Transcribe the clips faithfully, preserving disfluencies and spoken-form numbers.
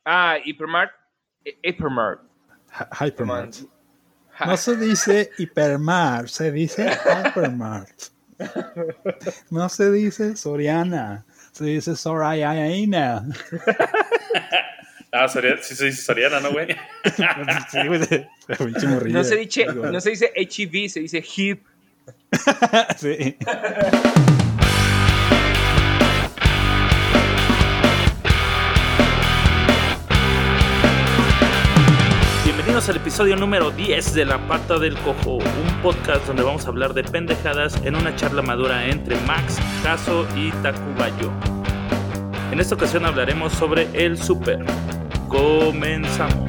Ah, Hypermart. Hypermart. Hypermart. No se dice Hipermart, se dice Hypermart. No se dice Soriana, se dice Soriana. Ah, Soriana, sí se dice Soriana, ¿no, güey? Sí, güey. No se dice, no se dice H E B, se dice Hip. Sí. Bienvenidos al episodio número diez de La Pata del Cojo, un podcast donde vamos a hablar de pendejadas en una charla madura entre Max, Jaso y Takubayo. En esta ocasión hablaremos sobre el súper. Comenzamos.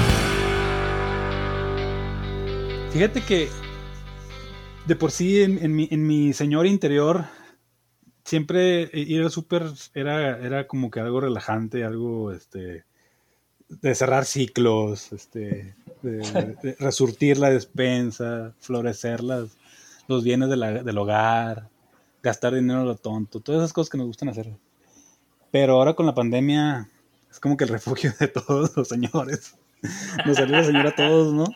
Fíjate que de por sí en, en, mi, en mi señor interior siempre ir al súper era, era como que algo relajante, algo este de cerrar ciclos, este de, de, de resurtir la despensa, florecer las, los bienes de la, del hogar, gastar dinero a lo tonto, todas esas cosas que nos gustan hacer. Pero ahora con la pandemia es como que el refugio de todos los señores. Nos salió la señora a todos, ¿no?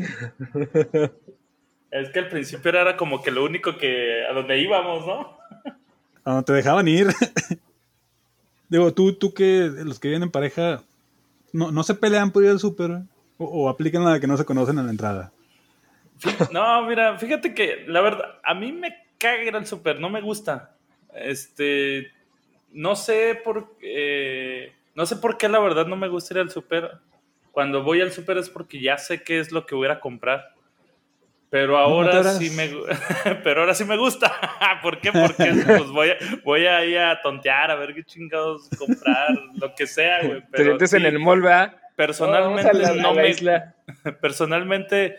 Es que al principio era como que lo único que a donde íbamos, ¿no? A donde te dejaban ir. Digo, tú, tú que los que viven en pareja no, no se pelean por ir al súper o, o aplican la de que no se conocen en la entrada. No, mira, fíjate que la verdad, a mí me caga ir al súper, no me gusta. Este, no sé por eh, no sé por qué la verdad no me gusta ir al súper. Cuando voy al súper es porque ya sé qué es lo que voy a ir a comprar. Pero ahora sí me pero ahora sí me gusta. ¿Por qué? Porque pues voy a, voy a ir a tontear, a ver qué chingados comprar, lo que sea, güey. Te sientes sí, en el mall, ¿verdad? Personalmente no, no me personalmente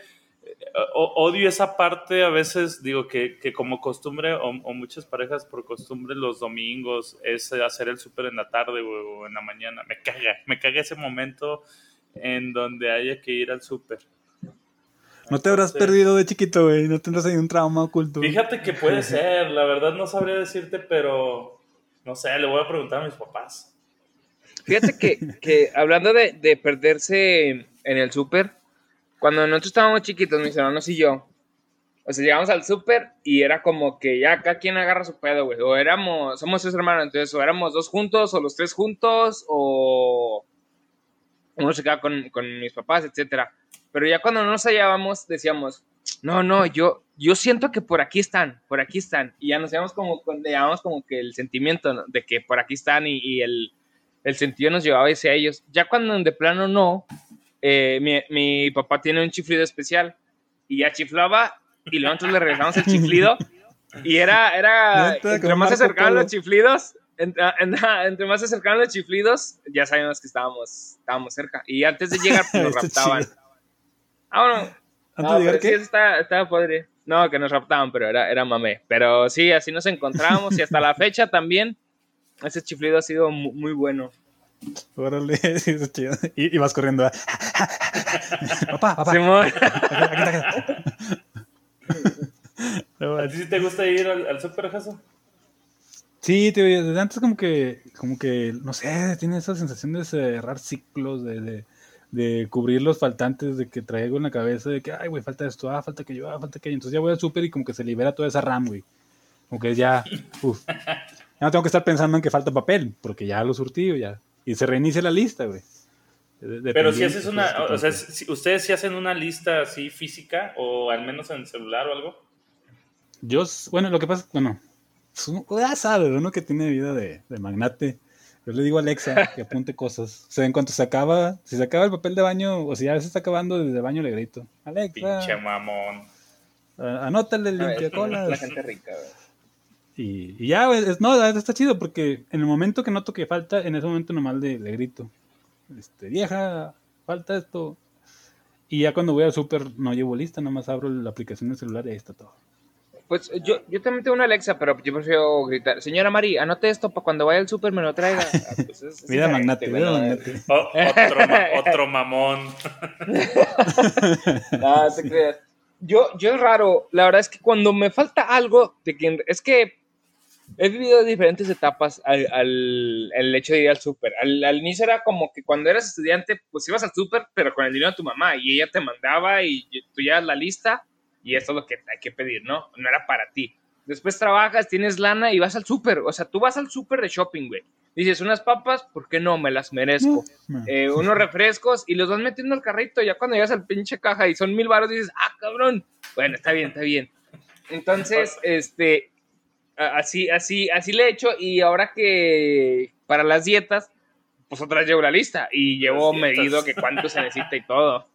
odio esa parte a veces, digo que, que como costumbre o, o muchas parejas por costumbre los domingos es hacer el súper en la tarde o en la mañana. Me caga, me caga ese momento en donde haya que ir al súper. No te habrás Entonces, perdido de chiquito, güey. No tendrás ahí un trauma oculto. Fíjate que puede ser. La verdad no sabría decirte, pero no sé, le voy a preguntar a mis papás. Fíjate que, que hablando de, de perderse en el súper, cuando nosotros estábamos chiquitos, mis hermanos y yo, o sea, llegamos al súper y era como que ya cada quien agarra su pedo, güey. O éramos, somos tres hermanos, entonces o éramos dos juntos, o los tres juntos, o uno se quedaba con, con mis papás, etcétera. Pero ya cuando no nos hallábamos, decíamos, no, no, yo, yo siento que por aquí están, por aquí están. Y ya nos llevamos como, llevamos como que el sentimiento, ¿no?, de que por aquí están y, y el, el sentido nos llevaba hacia ellos. Ya cuando de plano no, eh, mi, mi papá tiene un chiflido especial y ya chiflaba y nosotros le regresamos el chiflido y era, era entre más se acercaban los chiflidos, entre, entre más se acercaban los chiflidos, ya sabíamos que estábamos, estábamos cerca. Y antes de llegar, pues, nos raptaban. Ah, bueno. ¿Antes No, de llegar qué? Sí, estaba, estaba padre. No, que nos raptaban, pero era, era mamé. Pero sí, así nos encontramos y hasta la fecha también ese chiflido ha sido muy, muy bueno. Órale, sí, eso es chido. Y, y vas corriendo. Papá, papá. ¿A ti sí te gusta ir al, al súper, Jaso? Sí, tío, desde antes como que, como que, no sé, tiene esa sensación de cerrar ciclos, de... de de cubrir los faltantes, de que traigo en la cabeza de que, ay, güey, falta esto, ah, falta que yo, ah, falta que yo. Entonces ya voy al súper y como que se libera toda esa RAM, güey. Como que ya, uff. Ya no tengo que estar pensando en que falta papel, porque ya lo surtí, ya. Y se reinicia la lista, güey. De, de Pero si haces una, o sea, si, ¿ustedes sí hacen una lista así física o al menos en el celular o algo? Yo, bueno, lo que pasa, bueno, uno, ya sabes, uno que tiene vida de, de magnate. Yo le digo a Alexa que apunte cosas. O sea, en cuanto se acaba, si se acaba el papel de baño, o si ya se está acabando desde el baño, le grito, Alexa, pinche mamón, a, anótale el limpiacolas. La gente rica, güey. Y, y ya, güey, es, no, está chido porque en el momento que noto que falta, en ese momento nomás le, le grito, este, vieja, falta esto. Y ya cuando voy al súper no llevo lista, nomás abro la aplicación del celular y ahí está todo. Pues yo, yo también tengo una Alexa, pero yo prefiero gritar, señora Mari, anote esto para cuando vaya al súper me lo traiga. Ah, pues es, es mira magnate, mira magnate. Oh, otro, ma- otro mamón. No, te creas. Yo, yo es raro, la verdad es que cuando me falta algo, de que, es que he vivido diferentes etapas al, al, al hecho de ir al súper. Al, al inicio era como que cuando eras estudiante, pues ibas al súper, pero con el dinero de tu mamá, y ella te mandaba y tú llevas la lista, y esto es lo que hay que pedir, ¿no? No era para ti. Después trabajas, tienes lana y vas al súper. O sea, tú vas al súper de shopping, güey. Dices, unas papas, ¿por qué no? Me las merezco. No. Eh, unos refrescos y los vas metiendo al carrito. Ya cuando llegas al pinche caja y son mil baros, dices, ah, cabrón. Bueno, está bien, está bien. Entonces, este, así, así, así le he hecho. Y ahora que para las dietas, pues otra vez llevo la lista y llevo medido que cuánto se necesita y todo.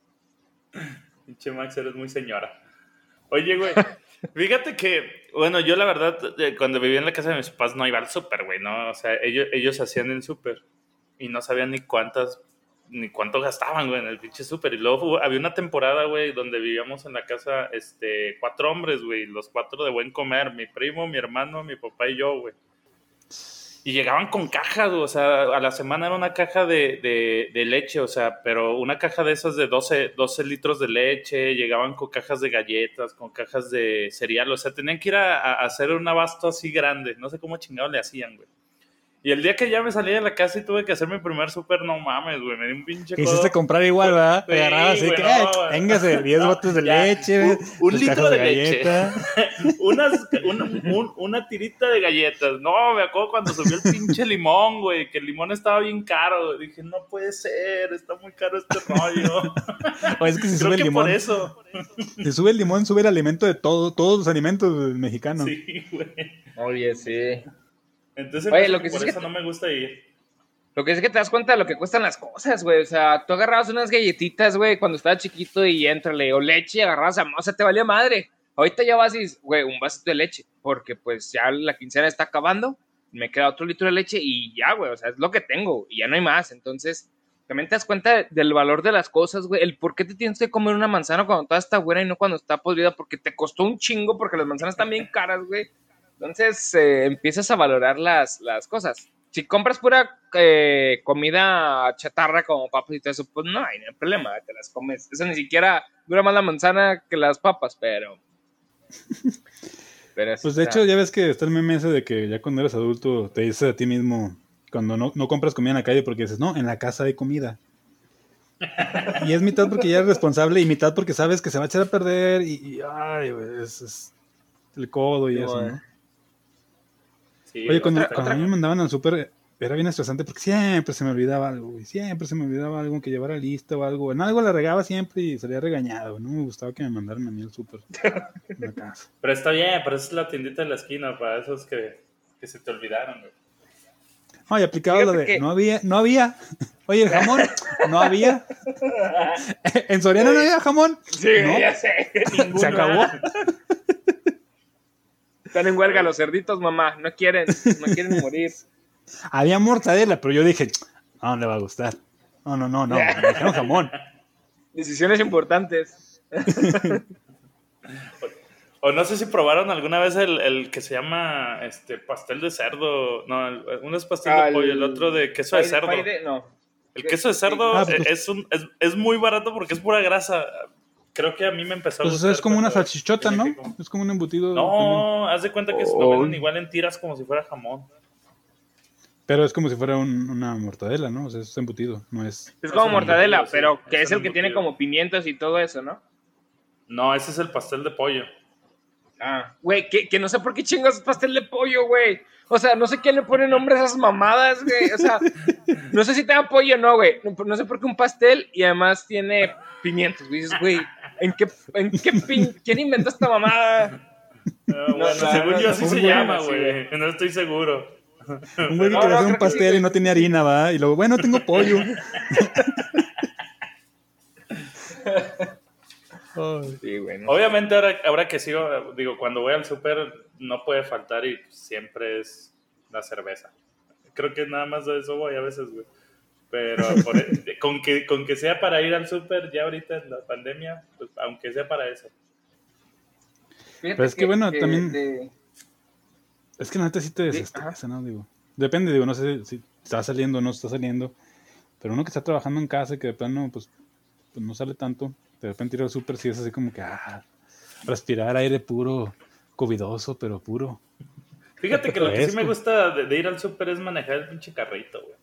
Pinche Max, eres muy señora. Oye, güey, fíjate que, bueno, yo la verdad, cuando vivía en la casa de mis papás no iba al súper, güey, ¿no? O sea, ellos, ellos hacían el súper y no sabían ni cuántas, ni cuánto gastaban, güey, en el pinche súper. Y luego hubo- había una temporada, güey, donde vivíamos en la casa, este, cuatro hombres, güey, los cuatro de buen comer, mi primo, mi hermano, mi papá y yo, güey. Y llegaban con cajas, o sea, a la semana era una caja de, de, de leche, o sea, pero una caja de esas de doce, doce litros de leche, llegaban con cajas de galletas, con cajas de cereal, o sea, tenían que ir a, a hacer un abasto así grande, no sé cómo chingado le hacían, güey. Y el día que ya me salí de la casa y tuve que hacer mi primer súper, no mames, güey, me di un pinche codo. Quisiste comprar igual, ¿verdad? Sí, Te agarrabas así güey, que, no, eh, güey. véngase, diez botes de Ya, leche, un, un sus litro cajas de, de leche, galleta. unas, una, un- una tirita de galletas. No, me acuerdo cuando subió el pinche limón, güey, que el limón estaba bien caro. Dije, no puede ser, está muy caro este rollo. O es que si Creo sube que el limón, por eso. si sube el limón, sube el alimento de todo, todos los alimentos mexicanos. Sí, güey. Oye, sí. Entonces, Oye, pues, lo que sí por es que eso te- no me gusta ir. Lo que es que te das cuenta de lo que cuestan las cosas, güey. O sea, tú agarrabas unas galletitas, güey, cuando estabas chiquito y entrale, o leche, agarrabas, o sea, te valía madre. Ahorita ya vas y dices, güey, un vasito de leche, porque pues ya la quincena está acabando, me queda otro litro de leche y ya, güey, o sea, es lo que tengo y ya no hay más. Entonces, también te das cuenta del valor de las cosas, güey. El por qué te tienes que comer una manzana cuando toda está buena y no cuando está podrida, porque te costó un chingo, porque las manzanas están bien caras, güey. Entonces, eh, empiezas a valorar las, las cosas. Si compras pura eh, comida chatarra como papas y todo eso, pues no hay, no hay problema, te las comes. Eso ni siquiera dura más la manzana que las papas, pero... pero Pues de está. hecho, ya ves que está el meme ese de que ya cuando eres adulto te dices a ti mismo, cuando no, no compras comida en la calle porque dices, no, en la casa hay comida. Y es mitad porque ya eres responsable y mitad porque sabes que se va a echar a perder y, y ay, güey, es, es el codo y Sí, eso, güey. ¿no? Sí, Oye, cuando, otra- cuando a mí otra- me mandaban al súper era bien estresante porque siempre se me olvidaba algo, güey. Siempre se me olvidaba algo que llevara lista o algo. En algo la regaba siempre y salía regañado, güey. No me gustaba que me mandaran a mí al súper en la casa. Pero está bien, pero esa es la tiendita de la esquina para esos que, que se te olvidaron, güey. No, y aplicaba Fíjate lo de, que- no había, no había. Oye, el jamón, no había. En Soriana no había jamón. Sí, ¿No? ya sé. Se acabó. Están en huelga los cerditos, mamá. No quieren, no quieren morir. Había mortadela, pero yo dije, no, no le va a gustar. No, no, no, no. Me dijeron jamón. Decisiones importantes. O no sé si probaron alguna vez el, el que se llama este pastel de cerdo. No, el- uno es pastel de Al- pollo, el otro de queso de pay- cerdo. pay de- no. El queso de cerdo Ah, pues- es, un, es, es muy barato porque es pura grasa. Creo que a mí me empezó a Pues gustar es como una cuando salchichota, tenía ¿no? que comer. Es como un embutido. también. No, haz de cuenta que lo Oh. venden igual en tiras como si fuera jamón. Pero es como si fuera un- una mortadela, ¿no? O sea, es embutido, no es... Es como un mortadela, embutido, sí, pero que es es un el que tiene embutido. como pimientos y todo eso, ¿no? No, ese es el pastel de pollo. Ah, güey, que, que no sé por qué chingos es pastel de pollo, güey. O sea, no sé quién le pone nombre a esas mamadas, güey. O sea, no sé si tenga pollo o no, güey. No, no sé por qué un pastel y además tiene pimientos, güey. Dices, güey, ¿en qué, en qué pin... ¿Quién inventó esta mamada? Ah, bueno, no, según no, yo no, así un se güey llama, así, güey. No estoy seguro. Un güey que No, quería no, hacer un creo que sí, pastel güey. y no tenía harina, ¿va? Y luego, bueno, tengo pollo. Ay. Sí, güey. no. Obviamente ahora, ahora que sigo, digo, cuando voy al súper no puede faltar y siempre es la cerveza. Creo que nada más de eso voy a veces, güey. Pero por- con, que, con que sea para ir al súper ya ahorita en la pandemia, pues aunque sea para eso. Fíjate Pero es que, bueno, también- de- Es que la neta sí te Sí, desestresa, ¿no? Digo, depende, digo, no sé si está saliendo o no está saliendo. Pero uno que está trabajando en casa y que de plano, pues, pues no sale tanto, de repente ir al súper sí es así como que, ah, respirar aire puro, covidoso, pero puro. Fíjate que lo que sí me gusta de, de ir al súper es manejar el pinche carrito, güey.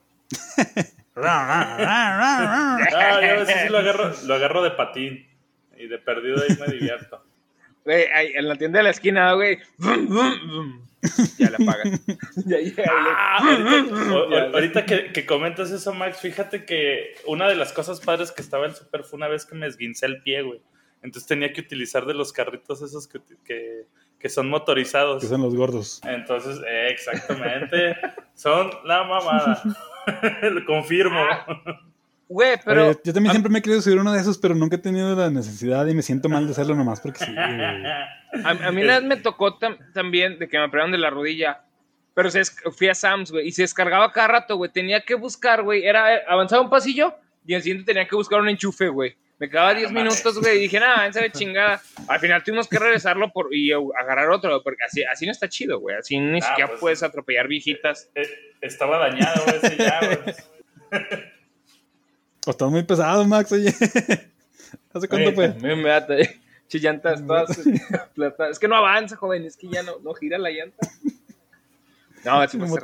Ah, yo a veces sí lo agarro, lo agarro de patín. Y de perdido ahí me divierto. Güey, ahí, en la tienda de la esquina, güey. Ya la pagas. Ya, ya, ah, ahorita, o, o, ahorita que, que comentas eso, Max, fíjate que una de las cosas padres que estaba en el súper fue una vez que me esguincé el pie, güey. Entonces tenía que utilizar de los carritos esos que, que, que son motorizados. Que son los gordos. Entonces, eh, exactamente. Son la mamada. Lo confirmo. Güey, pero... Oye, yo también a... siempre me he querido subir uno de esos, pero nunca he tenido la necesidad y me siento mal de hacerlo nomás porque sí. A, a mí una vez me tocó tam, también de que me operaron de la rodilla, pero se, fui a Sam's, güey, y se descargaba cada rato, güey. Tenía que buscar, güey, era avanzaba un pasillo y al siguiente tenía que buscar un enchufe, güey. Me quedaba diez minutos, güey, y dije, nada, esa de chingada. Al final tuvimos que regresarlo por, y agarrar otro, porque así, así no está chido, güey. Así ni ah, siquiera pues, puedes atropellar viejitas. Eh, estaba dañado, güey, ese ya, güey. O estás muy pesado, Max, oye. ¿Hace cuánto fue? Me, me ata, chillantas todas plata. Es que no avanza, joven, es que ya no, no gira la llanta. No, es muy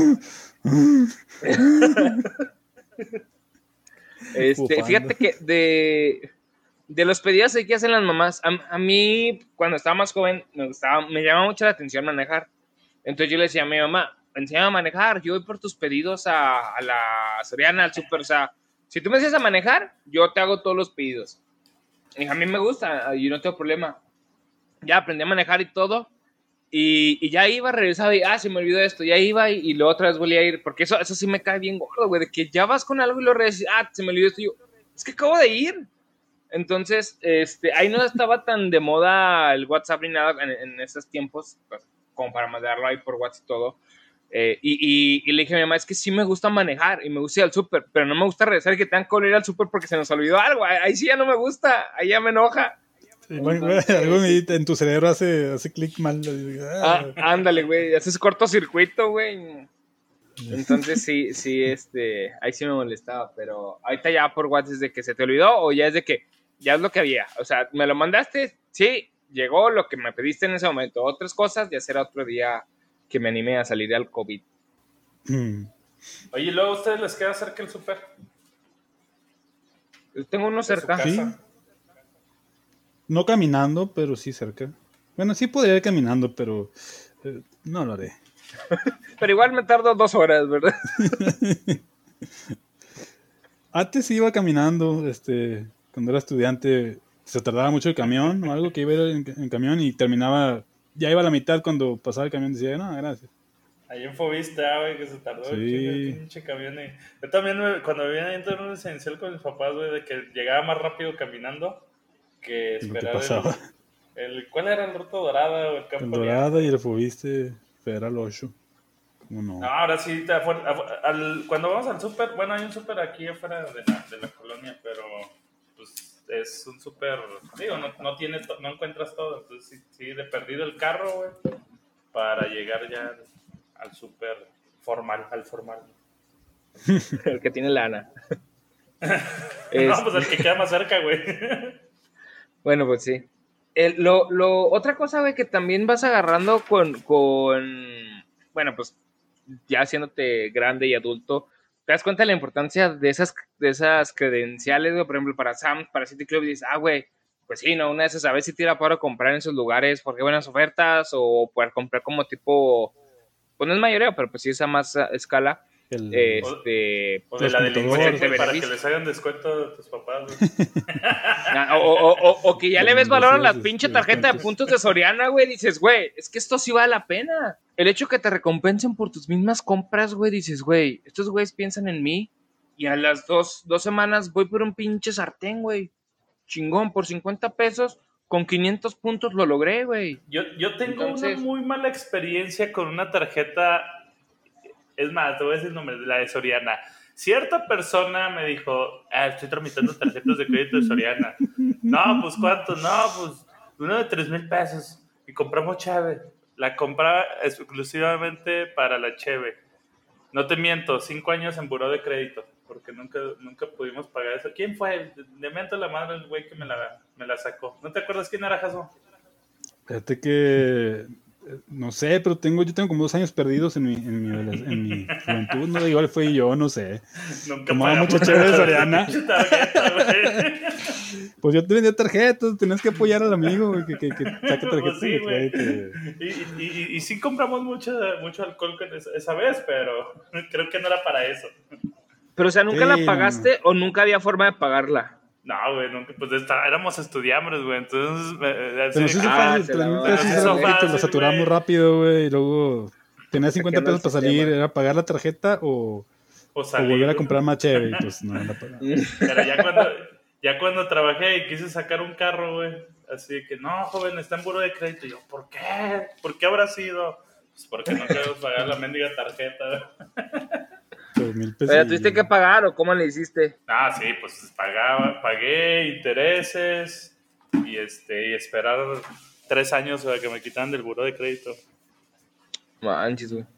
Este, fíjate que de, de los pedidos que hacen las mamás, a, a mí cuando estaba más joven me gustaba, me llamaba mucho la atención manejar. Entonces yo le decía a mi mamá, enséñame a manejar, yo voy por tus pedidos a, a la Soriana, al súper, o sea, si tú me enseñas a manejar, yo te hago todos los pedidos. Y a mí me gusta, yo no tengo problema. Ya aprendí a manejar y todo. Y, y ya iba, regresaba y, ah, se me olvidó esto. Ya iba y, y luego otra vez volví a ir. Porque eso, eso sí me cae bien gordo, güey. De que ya vas con algo y lo regresas, ah, se me olvidó esto. Y yo, es que acabo de ir. Entonces, este, ahí no estaba tan de moda el WhatsApp ni nada en, en esos tiempos, pues, como para mandarlo ahí por WhatsApp y todo. Eh, y, y, y le dije a mi mamá, es que sí me gusta manejar y me gusta ir al súper, pero no me gusta regresar y que tengan que volver al súper porque se nos olvidó algo. Ahí, ahí sí ya no me gusta, ahí ya me enoja. Sí, entonces, algo sí. En tu cerebro hace, hace clic mal. Ah, ándale, güey, haces cortocircuito, güey. Entonces sí, sí, este, ahí sí me molestaba, pero ahorita ya por WhatsApp es de que se te olvidó o ya es de que ya es lo que había. O sea, me lo mandaste, sí, llegó lo que me pediste en ese momento. Otras cosas ya será otro día que me animé a salir al COVID. Hmm. Oye, ¿y luego a ustedes les queda cerca el súper? Tengo uno cerca. Sí. No caminando, pero sí cerca. Bueno, sí podría ir caminando, pero eh, no lo haré. Pero igual me tardo dos horas, ¿verdad? Antes iba caminando, este, cuando era estudiante, se tardaba mucho el camión o algo que iba a ir en, en camión y terminaba, ya iba a la mitad cuando pasaba el camión, decía, no, gracias. Ahí en Fovista, güey, que se tardó sí. el pinche camión. Y... Yo también, me, cuando vivía en un residencial con mis papás, güey, de que llegaba más rápido caminando que esperar el, el... ¿Cuál era el Ruta Dorada o el Campo? El Dorada y el Fovista Federal ocho. ¿Cómo no? No, ahora sí, te afuera, al, cuando vamos al súper, bueno, hay un súper aquí afuera de la, de la colonia, pero pues es un súper, digo, no, no, tiene, no encuentras todo, entonces sí, sí, de perdido el carro, güey, para llegar ya al súper formal, al formal. El que tiene lana. No, pues el que queda más cerca, güey. Bueno, pues sí. El, lo, lo, otra cosa, güey, que también vas agarrando con, con, bueno, pues ya haciéndote grande y adulto, te das cuenta de la importancia de esas, de esas credenciales, güey, por ejemplo, para Sam's, para City Club, y dices, ah, güey, pues sí, ¿no? Una de esas, a ver si tira para comprar en esos lugares porque hay buenas ofertas o poder comprar como tipo, pues no es mayoreo, pero pues sí es a más escala. El, este, o de la delincuencia para que les hagan descuento a tus papás. o, o, o, o que ya le ves valor a la pinche tarjeta de puntos de Soriana, güey. Dices, güey, es que esto sí vale la pena. El hecho que te recompensen por tus mismas compras, güey. Dices, güey, estos güeyes piensan en mí. Y a las dos, dos semanas voy por un pinche sartén, güey. Chingón, por cincuenta pesos. Con quinientos puntos lo logré, güey. Yo, yo tengo Entonces, una muy mala experiencia con una tarjeta. Es más, te voy a decir el nombre, la de Soriana. Cierta persona me dijo, ah, estoy tramitando tarjetas de crédito de Soriana. No, pues ¿cuánto? No, pues uno de tres mil pesos. Y compramos cheve. La compraba exclusivamente para la cheve. No te miento, cinco años en buró de crédito, porque nunca, nunca pudimos pagar eso. ¿Quién fue? Le miento la madre el güey que me la, me la sacó. ¿No te acuerdas quién era, Jaso? Fíjate que No sé, pero tengo, yo tengo como dos años perdidos en mi, en mi, en mi juventud, no, igual fui yo, no sé. Nunca Tomaba pagamos mucha chévere de Soriana. tarjeta, güey. Pues yo te vendía tarjetas, tenías que apoyar al amigo, güey, que, que, que saque tarjetas Pues sí, de güey. crédito. Y, y, y, y sí compramos mucho, mucho alcohol con esa, esa vez, pero creo que no era para eso. Pero, o sea, ¿nunca Sí, la no, pagaste o nunca había forma de pagarla? No, güey, nunca, pues está, éramos estudiambres, güey, entonces... eh, Se nos así hizo de- Ah, fácil, se pero la neta va- sí se era hizo poquito, fácil, lo saturamos güey. rápido, güey, y luego tenías cincuenta Hackeando el pesos para salir, sistema. era pagar la tarjeta o, O o salir, volver a güey. comprar más chévere, y pues no la pagaba. Pero ya cuando, ya cuando trabajé y quise sacar un carro, güey, así de que, no, joven, está en buro de crédito. Y yo, ¿por qué? ¿Por qué habrá sido? Pues porque no queremos pagar la mendiga tarjeta. Dos mil pesos. ¿Pero tuviste que pagar o cómo le hiciste? Ah, sí, pues pagaba, pagué intereses y, este, y esperar tres años a que me quitaran del buró de crédito. Manches, güey.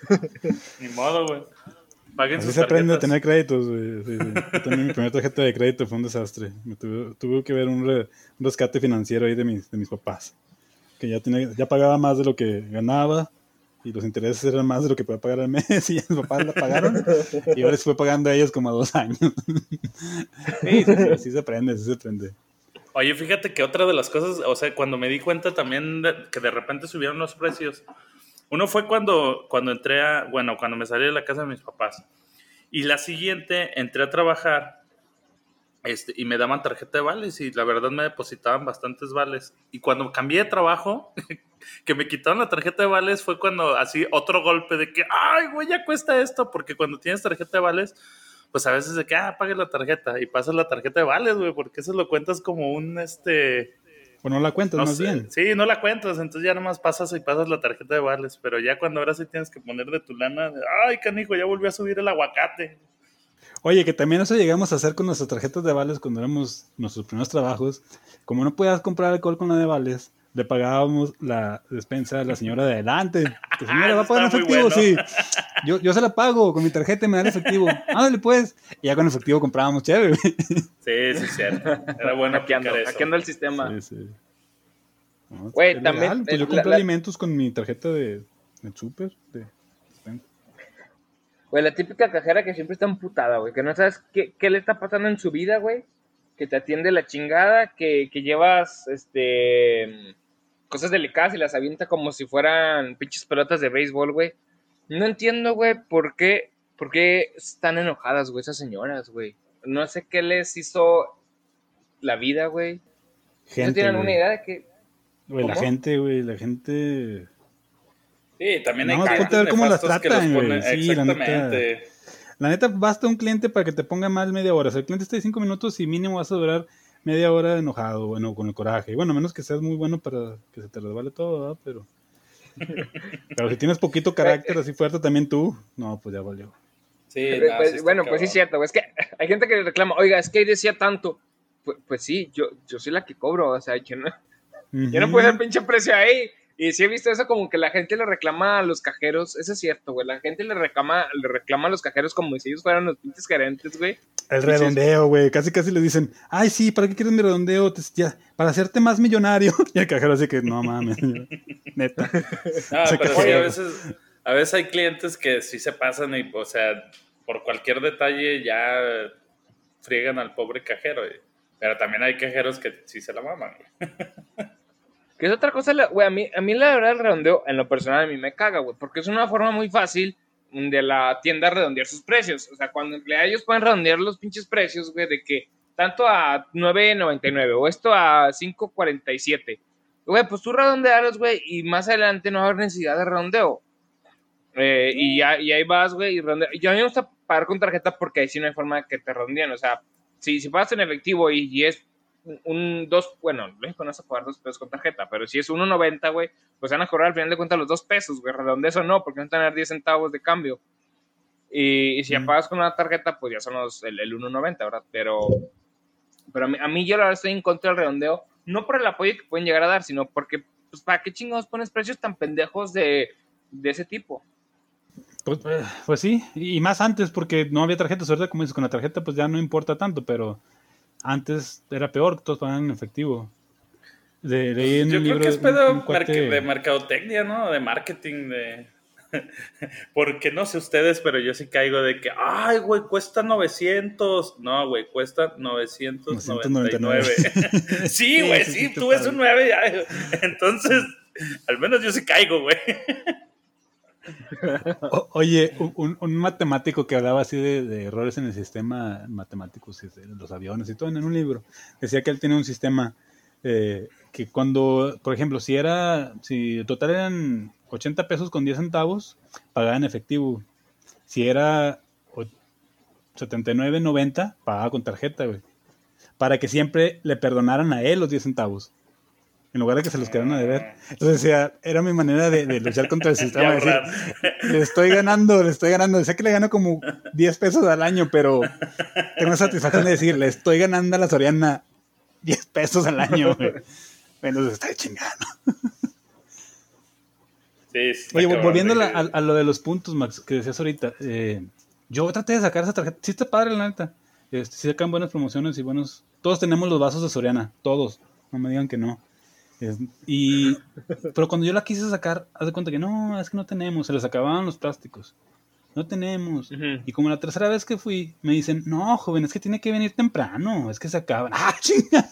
Ni modo, güey. Paguen Así sus se aprende a tarjetas. tener créditos, güey. Sí, sí. Yo también mi primera tarjeta de crédito fue un desastre. Me tuve, tuve que ver un, re- un rescate financiero ahí de mis, de mis papás. Que ya, tenía, ya pagaba más de lo que ganaba y los intereses eran más de lo que podía pagar al mes y ya mis papás la pagaron y ahora se fue pagando a ellos como a dos años. Sí, sí, sí, así se aprende, así se aprende. Oye, fíjate que otra de las cosas, o sea, cuando me di cuenta también de, que de repente subieron los precios, uno fue cuando, cuando entré a, bueno, cuando me salí de la casa de mis papás. Y la siguiente, entré a trabajar este, y me daban tarjeta de vales y la verdad me depositaban bastantes vales. Y cuando cambié de trabajo, que me quitaron la tarjeta de vales, fue cuando así otro golpe de que, ay, güey, ya cuesta esto, porque cuando tienes tarjeta de vales, pues a veces de que, ah, pague la tarjeta y pasas la tarjeta de vales, güey, porque eso lo cuentas como un, este... O no la cuentas, No más sé, bien. sí, no la cuentas, entonces ya nomás pasas y pasas la tarjeta de vales, pero ya cuando ahora sí tienes que poner de tu lana, ay, canijo, ya volvió a subir el aguacate. Oye, que también eso llegamos a hacer con nuestras tarjetas de vales cuando éramos nuestros primeros trabajos. Como no podías comprar alcohol con la de vales, le pagábamos la despensa a la señora de adelante. Que señora, ¿va a pagar en Está muy efectivo? bueno. Sí. Yo, yo se la pago con mi tarjeta y me da el efectivo. Ándale, pues. Y ya con efectivo comprábamos chévere. Sí, sí, cierto. Era bueno Hackeando, aplicar eso. hackeando el sistema. Sí, sí. No, Güey, es también, legal. Pues yo eh, compré la- la- alimentos con mi tarjeta de, de súper. De despensa. Güey, la típica cajera que siempre está emputada, güey. Que no sabes qué, qué le está pasando en su vida, güey. Que te atiende la chingada, que, que llevas, este... cosas delicadas y las avienta como si fueran pinches pelotas de béisbol, güey. No entiendo, güey, por qué, por qué están enojadas, güey, esas señoras, güey. No sé qué les hizo la vida, güey. ¿No Gente, tienen alguna güey. idea de qué? Güey, la ¿Cómo? gente, güey, la gente... Sí, también hay Nada más clientes ponte a ver cómo las nefastos que tratan, los ponen- güey. Sí, la neta. exactamente. La neta, basta un cliente para que te ponga mal media hora. O sea, el cliente está de cinco minutos y mínimo vas a durar media hora enojado, bueno, con el coraje. Bueno, a menos que seas muy bueno para que se te resbale todo, ¿verdad? Pero... Pero si tienes poquito carácter así fuerte también tú, no, pues ya valió. Sí, Eh, no, pues, sí está bueno, pues sí es cabrón. cierto, güey. Es que hay gente que reclama, oiga, es que ahí decía tanto. Pues, pues sí, yo, yo soy la que cobro, o sea, yo no, yo no Ujú. puedo dar pinche precio ahí. Y sí he visto eso como que la gente le reclama a los cajeros, eso es cierto, güey. La gente le reclama, le reclama a los cajeros como si ellos fueran los pinches gerentes, güey. El redondeo, güey. Casi, casi le dicen, ay, sí, ¿para qué quieres mi redondeo? Te- ya, para hacerte más millonario. Y el cajero así que, no mames, neta. No, Se pero sí, cajea. a veces, a veces hay clientes que sí se pasan y, o sea, por cualquier detalle ya friegan al pobre cajero. güey. Pero también hay cajeros que sí se la maman. güey. Que es otra cosa, la- güey, a mí, a mí la verdad el redondeo, en lo personal, a mí me caga, güey, porque es una forma muy fácil de la tienda redondear sus precios. O sea, cuando en realidad ellos pueden redondear los pinches precios, güey, de que tanto a nueve noventa y nueve o esto a cinco cuarenta y siete. Güey, pues tú redondearos, güey, y más adelante no va a haber necesidad de redondeo. Eh, y, ya, y ahí vas, güey, y redondeo. Yo a mí me gusta pagar con tarjeta porque ahí sí no hay forma de que te redondeen. O sea, si, si pagas en efectivo y, y es un dos, bueno, lógico no vas a pagar dos pesos con tarjeta, pero si es uno noventa, güey, pues van a cobrar al final de cuentas los dos pesos, güey, redondees o no, porque no te van a dar diez centavos de cambio. Y, y si ya Mm. pagas con una tarjeta, pues ya son los, el, el uno noventa, ¿verdad? Pero, pero a, mí, a mí yo la verdad estoy en contra del redondeo, no por el apoyo que pueden llegar a dar, sino porque, pues, ¿para qué chingados pones precios tan pendejos de, de ese tipo? Pues, eh, pues sí, y más antes porque no había tarjetas. Ahorita, como dices, con la tarjeta pues ya no importa tanto, pero antes era peor, todos pagaban en efectivo. De, de en Yo el creo libro, que es un- pedo un cuate- merc- de mercadotecnia, ¿no? De marketing, de... Porque no sé ustedes, pero yo sí caigo de que, ay, güey, cuesta novecientos. No, güey, cuesta novecientos noventa y nueve. novecientos noventa y nueve. Sí, güey, sí, sí, sí, está tú ves padre. un nueve ya. Entonces, al menos yo sí caigo, güey. O- oye, un- un, un matemático que hablaba así de, de errores en el sistema matemático, sí, de los aviones y todo en un libro, decía que él tenía un sistema eh, que cuando, por ejemplo, si era, si el total eran ochenta pesos con diez centavos, pagaba en efectivo. Si era o- setenta y nueve noventa, pagaba con tarjeta, güey. Para que siempre le perdonaran a él los diez centavos. En lugar de que se los quedaran a deber. Entonces decía, era mi manera de, de luchar contra el Y sistema. De decir, ahorrar. le estoy ganando, le estoy ganando. Sé que le gano como diez pesos al año, pero tengo la satisfacción de decir, le estoy ganando a la Soriana diez pesos al año, güey. Bueno, se está chingando. Sí, está Oye, cabrón, volviendo a, de la- que- a- a lo de los puntos, Max, que decías ahorita. eh, yo traté de sacar esa tarjeta. Sí está padre, la neta. Este, sí sacan buenas promociones y buenos... Todos tenemos los vasos de Soriana. Todos. No me digan que no. Es- y, pero cuando yo la quise sacar, haz de cuenta que no, es que no tenemos, se les acababan los plásticos. No tenemos. Ujú. Y como la tercera vez que fui, me dicen, no, joven, es que tiene que venir temprano, es que se acaban. ¡Ah, chinga!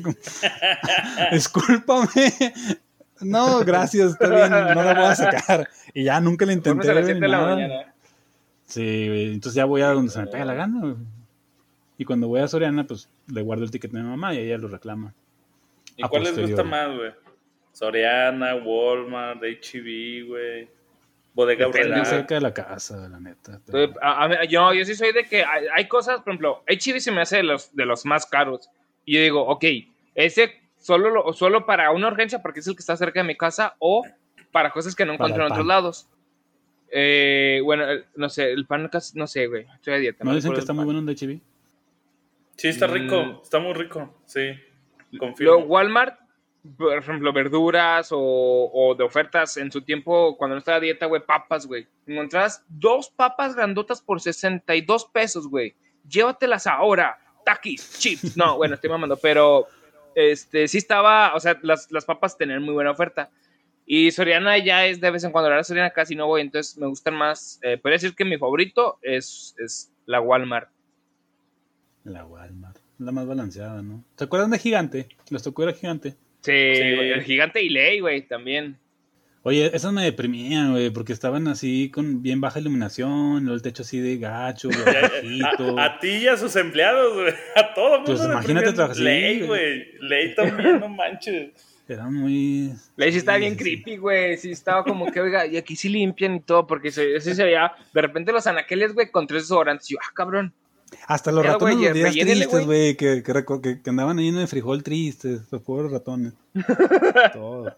Discúlpame. No, gracias, está bien, no la voy a sacar. Y ya nunca la intenté. Duermes a las ni siete de la nada. mañana. Sí, güey, entonces ya voy a donde se me pega la gana, güey. Y cuando voy a Soriana, pues le guardo el ticket de mi mamá y ella lo reclama. ¿Y A cuál les gusta posteriori. más, güey? Soriana, Walmart, H E B, güey. Bodega Depende, Está Aurrera. cerca de la casa, la neta. pero- Entonces, a- a mí- yo, yo sí soy de que hay, hay cosas, por ejemplo, H E B se me hace de los, de los más caros. Y yo digo, ok, ese solo, lo- solo para una urgencia porque es el que está cerca de mi casa o para cosas que no Para encuentro el en otros pan. lados. Eh, bueno, el- no sé, el pan casi, no sé, güey, estoy a dieta. ¿No dicen recuerdo que el está muy pan. bueno el de H E B? Sí, está rico. Mm. Está muy rico. Sí, Luego, confirmo. Walmart, por ejemplo, verduras o, o de ofertas en su tiempo, cuando no estaba a dieta, güey, papas, güey. Encontrabas dos papas grandotas por sesenta y dos pesos, güey. Llévatelas ahora. Takis, chips. No, bueno, estoy mamando, pero este, sí estaba, o sea, las, las papas tenían muy buena oferta. Y Soriana ya es de vez en cuando, la verdad, Soriana casi no voy, entonces me gustan más. Eh, podría decir que mi favorito es, es la Walmart. La Walmart. La más balanceada, ¿no? ¿Se acuerdan de Gigante? Les tocó ir a Gigante. Sí, Sí. güey, el gigante y ley, güey, también. Oye, esas me deprimían, güey, porque estaban así con bien baja iluminación, luego el techo así de gacho, güey, bajito. A, a ti y a sus empleados, güey. A todo mundo. Pues le imagínate premian trabajar así, Ley, güey. güey. Ley también, no manches. Era muy... Ley sí estaba sí, bien sí, sí. creepy, güey. Sí estaba como que, oiga, y aquí sí limpian y todo, porque se, sí se veía de repente los anaqueles, güey, con tres desodorantes. Y yo, ah, cabrón. Hasta los Ya, ratones güey, los días rellénele, tristes, güey. güey, que, que, reco- que- que andaban ahí en el frijol tristes, los pobres ratones. Todo.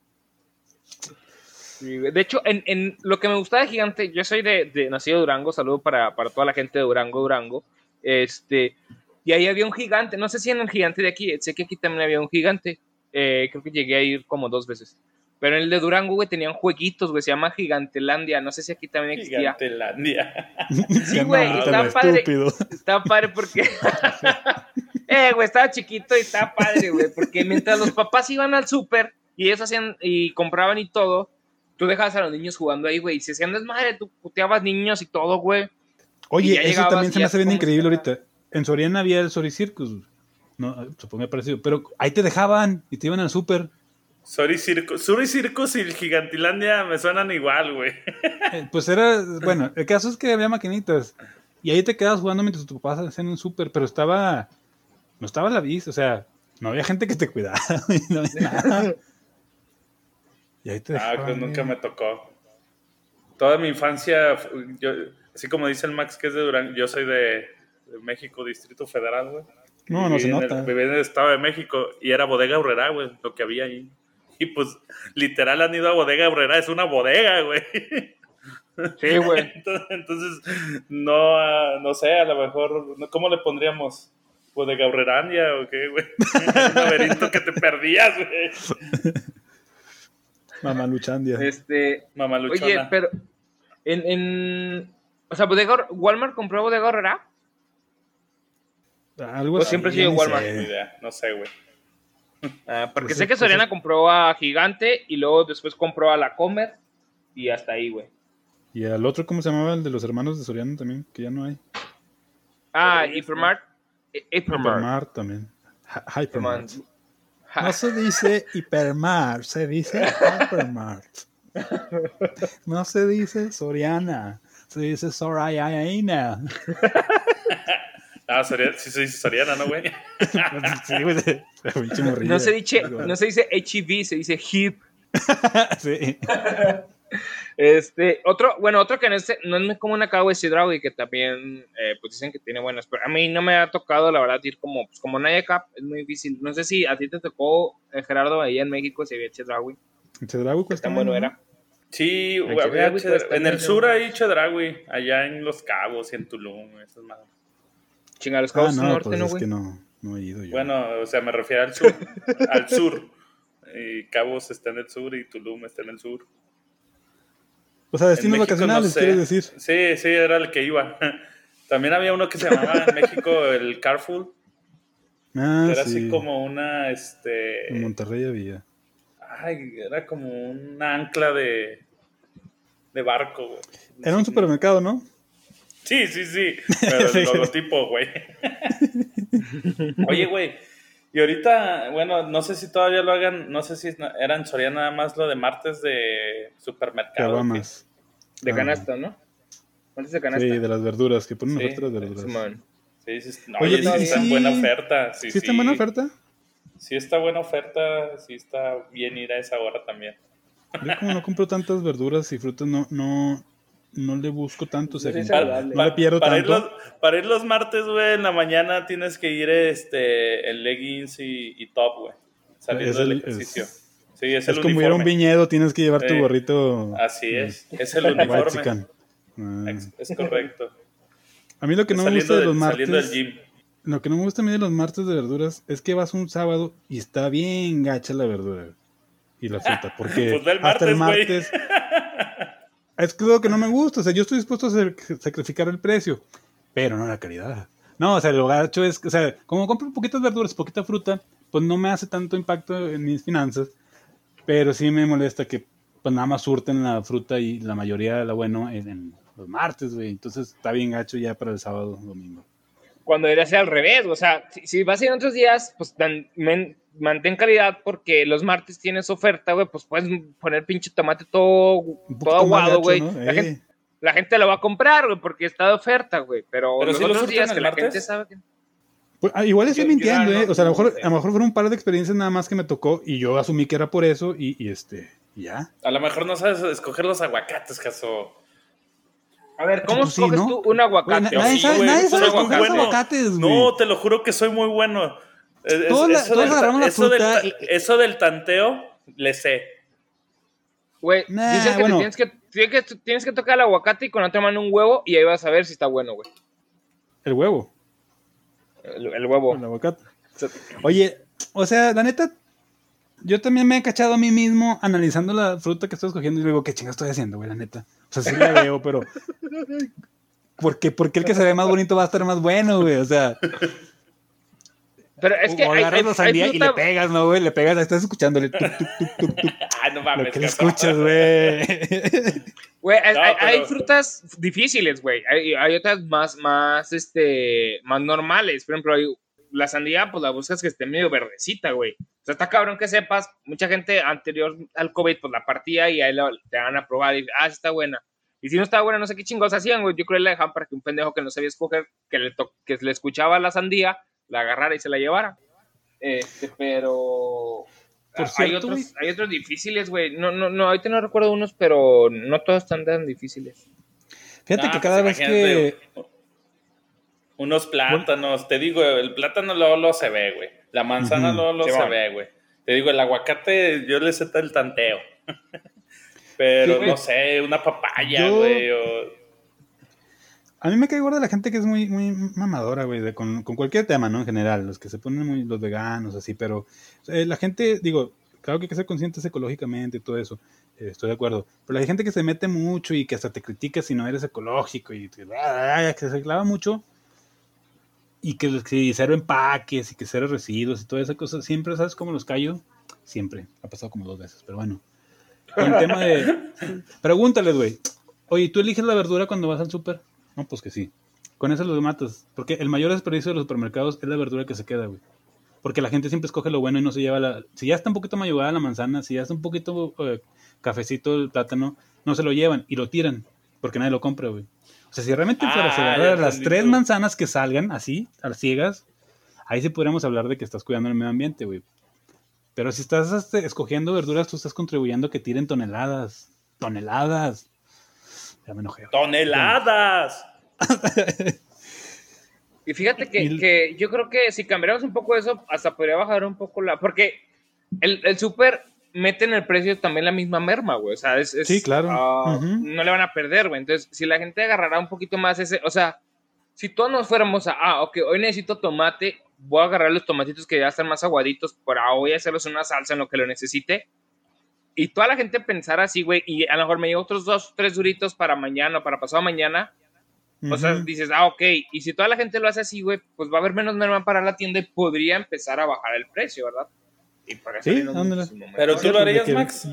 Sí, güey. De hecho, en, en lo que me gustaba de Gigante, yo soy de, de nacido de Durango, saludo para, para toda la gente de Durango, Durango. Este, y ahí había un gigante, no sé si en el gigante de aquí, sé que aquí también había un gigante. Eh, creo que llegué a ir como dos veces. Pero en el de Durango, güey, tenían jueguitos, güey, se llama Gigantelandia. No sé si aquí también existía. Gigantelandia. Sí, Qué güey, nombre estaba tan padre. estúpido. Estaba padre porque. eh, güey, estaba chiquito y estaba padre, güey. Porque mientras los papás iban al súper y ellos hacían y compraban y todo, tú dejabas a los niños jugando ahí, güey. Y se hacían desmadre, tú puteabas niños y todo, güey. Y Oye, ya eso llegabas también y se me ya hace bien como increíble estaba. ahorita. En Soriana había el Soricircus. güey. No, supongo que ha parecido. Pero ahí te dejaban y te iban al súper. Suri Circus, Suri Circus y el Gigantilandia me suenan igual, güey. Eh, Pues era, bueno, el caso es que había maquinitas. Y ahí te quedabas jugando mientras tus papás hacían el súper. Pero estaba, no estaba a la vista. O sea, no había gente que te cuidara. güey, no había nada. Y ahí te Ah, dejaban. pues nunca güey. me tocó. Toda mi infancia, yo, así como dice el Max que es de Durango, yo soy de, de México, Distrito Federal, güey. No, no se Viví en nota. el- Viví en el Estado de México y era Bodega Aurrera, güey, lo que había ahí. Y pues, literal han ido a Bodega Aurrera, es una bodega, güey. Sí, güey. Entonces, entonces, no, ah, no sé, a lo mejor, no- ¿cómo le pondríamos? ¿Bodega Aurrerandia o qué, güey? Un laberinto que te perdías, güey. Mamaluchandia. Este. Mamaluchona. Oye, pero. En. en o sea, bodega, Hor- Walmart compró Bodega Horrera. Algo pues así, siempre ha ya sido ni Walmart. sé. Ni idea, no sé, güey. Ah, porque Pues sé sí, que pues Soriana es- compró a Gigante y luego después compró a La Comer y hasta ahí, güey. Y al otro, ¿cómo se llamaba? El de los hermanos de Soriano también, que ya no hay. Ah, Rodríguez, Hypermart. Hi- Hypermart. Hypermart también. Hi- Hypermart. Simón. No se dice Hypermart, se dice Hypermart. No se dice Soriana, se dice Soriana. Ah, Soriana, sí se dice Soriana, ¿no, güey? Sí, güey, pinche morrillo. No se dice, Digo, no se dice H E B, se dice Hip. sí. Este, otro, bueno, otro que no es, no es muy común acá, güey, Sidra, y que también, eh, pues dicen que tiene buenas, pero a mí no me ha tocado, la verdad, ir como, pues como Naya Cup, es muy difícil. No sé si a ti te tocó, eh, Gerardo, ahí en México, si había Chedraui, El Chedraui que cuesta tan bueno menos, era. Sí, El había Chedraui Chedra- cuesta en el menos. sur hay Chedraui, allá en Los Cabos y en Tulum, esas madres. Chinga, los Ah, Cabos no, Norte, pues ¿no, es güey? que no, no he ido yo. Bueno, o sea, me refiero al sur, al sur. Y Cabos está en el sur y Tulum está en el sur. O sea, En destinos México no vacacionales, sé. quieres decir. Sí, sí, era el que iba. También había uno que se llamaba en México el Carrefour, Ah, que era sí. así como una, este... En Monterrey había. Ay, era como un ancla de, de barco, güey. Era un Sí, supermercado, ¿no? Sí, sí, sí. Pero Sí. el logotipo, güey. Oye, güey. Y ahorita, bueno, no sé si todavía lo hagan, no sé si eran Soriana nada más lo de martes de supermercado. Caguamas. De Ah, canasta, ¿no? Antes de canasta. Sí, de las verduras, que ponen Sí, oferta de las verduras. Simón. Sí, sí, no, Oye, oye, y- sí y está en sí- buena oferta. Sí, ¿Sí está en buena oferta? Sí está buena oferta, sí está bien ir a esa hora también. Yo como no compro tantas verduras y frutas, no, no, no le busco tanto, o sea, Yo soy como que saludable. no le pierdo para, ir tanto. los, para ir los martes, güey, en la mañana tienes que ir este, en leggings y, y top, güey. Saliendo Es del el- ejercicio. es- sí, es, Es el como ir a un uniforme. viñedo, tienes que llevar tu Eh, gorrito. Así eh, es, es el white uniforme. chican. Ah. Es, es correcto. A mí lo que Es no me gusta saliendo, de del, los saliendo del martes, gym. lo que no me gusta a mí de los martes de verduras es que vas un sábado y está bien gacha la verdura y la fruta, porque Pues ve el hasta el martes, martes es que lo que no me gusta, o sea, yo estoy dispuesto a hacer- sacrificar el precio, pero no la calidad. No, o sea, lo gacho es, o sea, como compro poquitas verduras, poquita fruta, pues no me hace tanto impacto en mis finanzas, pero sí me molesta que pues nada más surten la fruta y la mayoría de la bueno en, en los martes, güey. Entonces está bien gacho ya para el sábado, domingo. Cuando debería ser al revés, o sea, si, si vas a ir en otros días, pues dan- men- mantén calidad porque los martes tienes oferta, güey, pues puedes poner pinche tomate todo, Un todo poquito más aguado, gacho, güey. ¿no? La, Eh. gente, la gente lo va a comprar, güey, porque está de oferta, güey. Pero, Pero los sí lo otros surten días el que la martes. gente sabe que... Pues, ah, igual estoy Yo- yo mintiendo, no- ¿eh? O sea, a lo no mejor, sé. a lo mejor fueron un par de experiencias nada más que me tocó y yo asumí que era por eso y, y este, y ya. A lo mejor no sabes escoger los aguacates, caso. A ver, ¿cómo Pues sí, escoges ¿no? tú un aguacate? Güey, Yo nadie sí, sabe- güey, nadie soy sabe muy escoger los bueno. aguacates, güey. No, te lo juro que soy muy bueno. Es- Todos la- eso todos del ta- agarramos la eso del fruta ta- y- Eso del tanteo, le sé. Güey, Nah, dicen que, bueno. te tienes que tienes que tienes que tocar el aguacate y con otra mano un huevo y ahí vas a ver si está bueno, güey. El huevo, El, el huevo. el aguacate. Oye, o sea, la neta, yo también me he cachado a mí mismo analizando la fruta que estoy escogiendo y digo, ¿qué chingas estoy haciendo, güey? La neta. O sea, sí la veo, pero... ¿Por qué, ¿Por qué el que se ve más bonito va a estar más bueno, güey? O sea... Pero es que o hay, agarras hay, la hay sandía y fruta- le pegas, ¿no, güey? Le pegas, estás escuchándole. Tuc, tuc, tuc, tuc, tuc. Ay, no mames. Lo que le caso. escuchas, güey. Güey, hay, No, hay- hay pero- frutas difíciles, güey. Hay, hay otras más, más, este, más normales. Por ejemplo, hay- la sandía, pues la buscas que esté medio verdecita, güey. O sea, está cabrón que sepas. Mucha gente anterior al COVID, pues la partía y ahí la- te van a probar y ah, sí está buena. Y si no estaba buena, no sé qué chingos hacían, güey. Yo creo que la dejaban para que un pendejo que no sabía escoger, que le, to- que le escuchaba la sandía, la agarrara y se la llevara. Este, pero... Por hay, cierto, otros, güey. hay otros difíciles, güey. No, no, no, ahorita no recuerdo unos, pero no todos están tan difíciles. Fíjate No, que pues cada vez imagínate, que... Unos plátanos. Te digo, el plátano luego lo se ve, güey. La manzana Ujú. luego lo Sí, se va. ve, güey. Te digo, el aguacate, yo le sé el tanteo. Pero Sí, güey. no sé, una papaya, Yo- güey. O... A mí me cae gorda la gente que es muy, muy mamadora, güey, de- con, con cualquier tema, ¿no? En general, los que se ponen muy, los veganos, así, pero eh, la gente, digo, claro que hay que ser conscientes ecológicamente y todo eso, eh, estoy de acuerdo, pero hay gente que se mete mucho y que hasta te critica si no eres ecológico y te- ah, que se clava mucho y que si cero empaques y que cero residuos y toda esa cosa, siempre, ¿sabes cómo los callo? Siempre, ha pasado como dos veces, pero bueno. Con el tema de... Pregúntale, güey. Oye, ¿tú eliges la verdura cuando vas al súper? No, pues que sí. Con eso los matas. Porque el mayor desperdicio de los supermercados es la verdura que se queda, güey. Porque la gente siempre escoge lo bueno y no se lleva la... Si ya está un poquito mayugada la manzana, si ya está un poquito eh, cafecito el plátano, no se lo llevan y lo tiran. Porque nadie lo compra, güey. O sea, si realmente Ah, fueras a ya agarrar las entendí tres tú. manzanas que salgan así, a las ciegas, ahí sí podríamos hablar de que estás cuidando el medio ambiente, güey. Pero si estás este, escogiendo verduras, tú estás contribuyendo a que tiren toneladas. Toneladas. Ya me enojé. ¡Toneladas! Y fíjate que, Y- que yo creo que si cambiáramos un poco eso, hasta podría bajar un poco la... Porque el, el súper mete en el precio también la misma merma, güey. O sea, es... es Sí, claro. ah, Ujú. no le van a perder, güey. Entonces, si la gente agarrará un poquito más ese... O sea, si todos nos fuéramos a... Ah, ok, hoy necesito tomate, voy a agarrar los tomatitos que ya están más aguaditos para hoy hacerlos una salsa en lo que lo necesite. Y toda la gente pensara así, güey, y a lo mejor me llevo otros dos, tres duritos para mañana o para pasado mañana. O sea, Ujú. dices, ah, ok, y si toda la gente lo hace así, güey, pues va a haber menos merma para la tienda y podría empezar a bajar el precio, ¿verdad? Y para Sí, salirnos ándale. muchísimo mejor. ¿Pero tú lo harías, que- Max?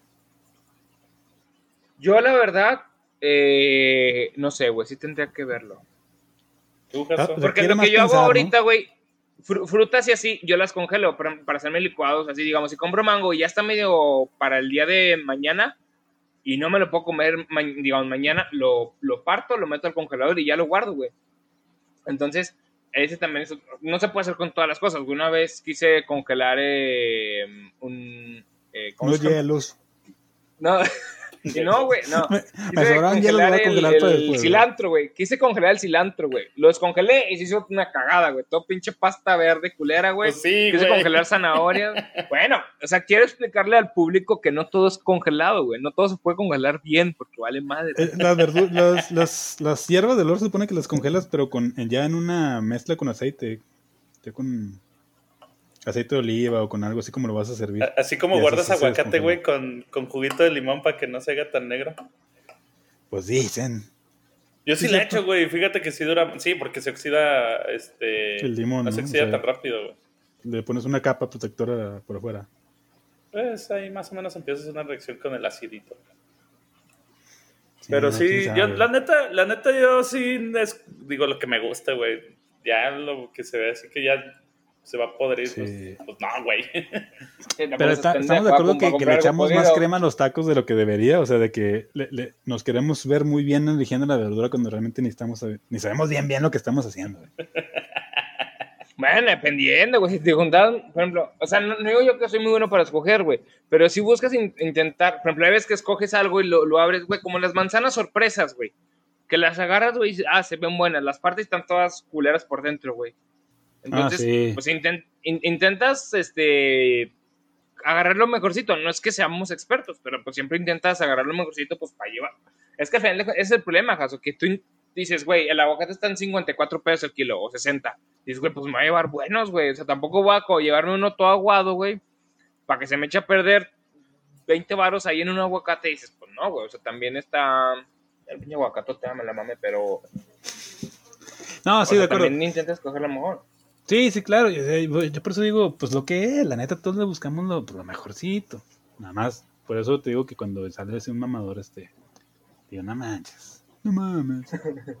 Yo, la verdad, eh, no sé, güey, sí tendría que verlo. ¿Tú, Ah, Jaso? pues, Porque Requiere lo más que yo hago pensar, ¿no? ahorita, güey, fru- frutas y así, yo las congelo para, para hacerme licuados, así, digamos, si compro mango y ya está medio para el día de mañana y no me lo puedo comer, ma- digamos, mañana, lo, lo parto, lo meto al congelador y ya lo guardo, güey. Entonces, ese también es, no se puede hacer con todas las cosas. Una vez quise congelar eh, un... Eh, ¿cómo Unos se llama? hielos. No, y no, güey, no. Me- Quise me sobraron hielos, congelar los voy a el, congelar para el después, güey. cilantro, güey. Quise congelar el cilantro, güey. Lo descongelé y se hizo una cagada, güey. Todo pinche pasta verde culera, güey. Pues sí, Quise güey. congelar zanahorias. Bueno, o sea, quiero explicarle al público que no todo es congelado, güey. No todo se puede congelar bien porque vale madre. Eh, las, verdu- las, las, las hierbas del olor se supone que las congelas, pero con ya en una mezcla con aceite. Ya con aceite de oliva o con algo así como lo vas a servir. A- Así como Y así guardas sí se aguacate, descongela. güey, con, con juguito de limón para que no se haga tan negro. Pues dicen. Yo sí, Sí, le he cierto. hecho, güey. Fíjate que sí dura. Sí, porque se oxida. Este, El limón, no se ¿no? oxida O sea, tan rápido, güey. Le pones una capa protectora por afuera. Pues ahí más o menos empiezas una reacción con el acidito. Sí, Pero no, sí, quién sabe. yo, la neta, la neta, yo sí es- digo lo que me gusta, güey. Ya lo que se ve así que ya se va a podrir, Sí. pues, pues no, güey. Pero está- estamos de acuerdo que, que le echamos más crema a los tacos de lo que debería, o sea, de que le- le- nos queremos ver muy bien eligiendo la verdura cuando realmente ni, estamos, ni sabemos bien bien lo que estamos haciendo. güey. Bueno, dependiendo, güey. Si te juntaron, por ejemplo, o sea, no, no digo yo que soy muy bueno para escoger, güey. Pero si buscas in- intentar, por ejemplo, hay veces que escoges algo y lo, lo abres, güey, como las manzanas sorpresas, güey. Que las agarras, güey, y dices, ah, se ven buenas. Las partes están todas culeras por dentro, güey. Entonces, Ah, sí. pues inten- in- intentas, este, agarrar lo mejorcito. No es que seamos expertos, pero pues siempre intentas agarrar lo mejorcito, pues para llevar. Es que al final de cuentas, ese es el problema, Jaso, que tú in- dices, güey, el aguacate está en cincuenta y cuatro pesos el kilo, o sesenta. Dices, güey, pues me voy a llevar buenos, güey. O sea, tampoco voy a co- llevarme uno todo aguado, güey, para que se me eche a perder veinte varos ahí en un aguacate. Y dices, pues no, güey. O sea, también está... El pinche aguacate te me la mame, pero... No, o sí, sea, de acuerdo. también intentas escoger lo mejor. Sí, sí, claro. Yo, yo- yo por eso digo, pues lo que es, la neta, todos le buscamos lo, pues, lo mejorcito. Nada más. Por eso te digo que cuando sale así un mamador, este, digo, no manches. No mames.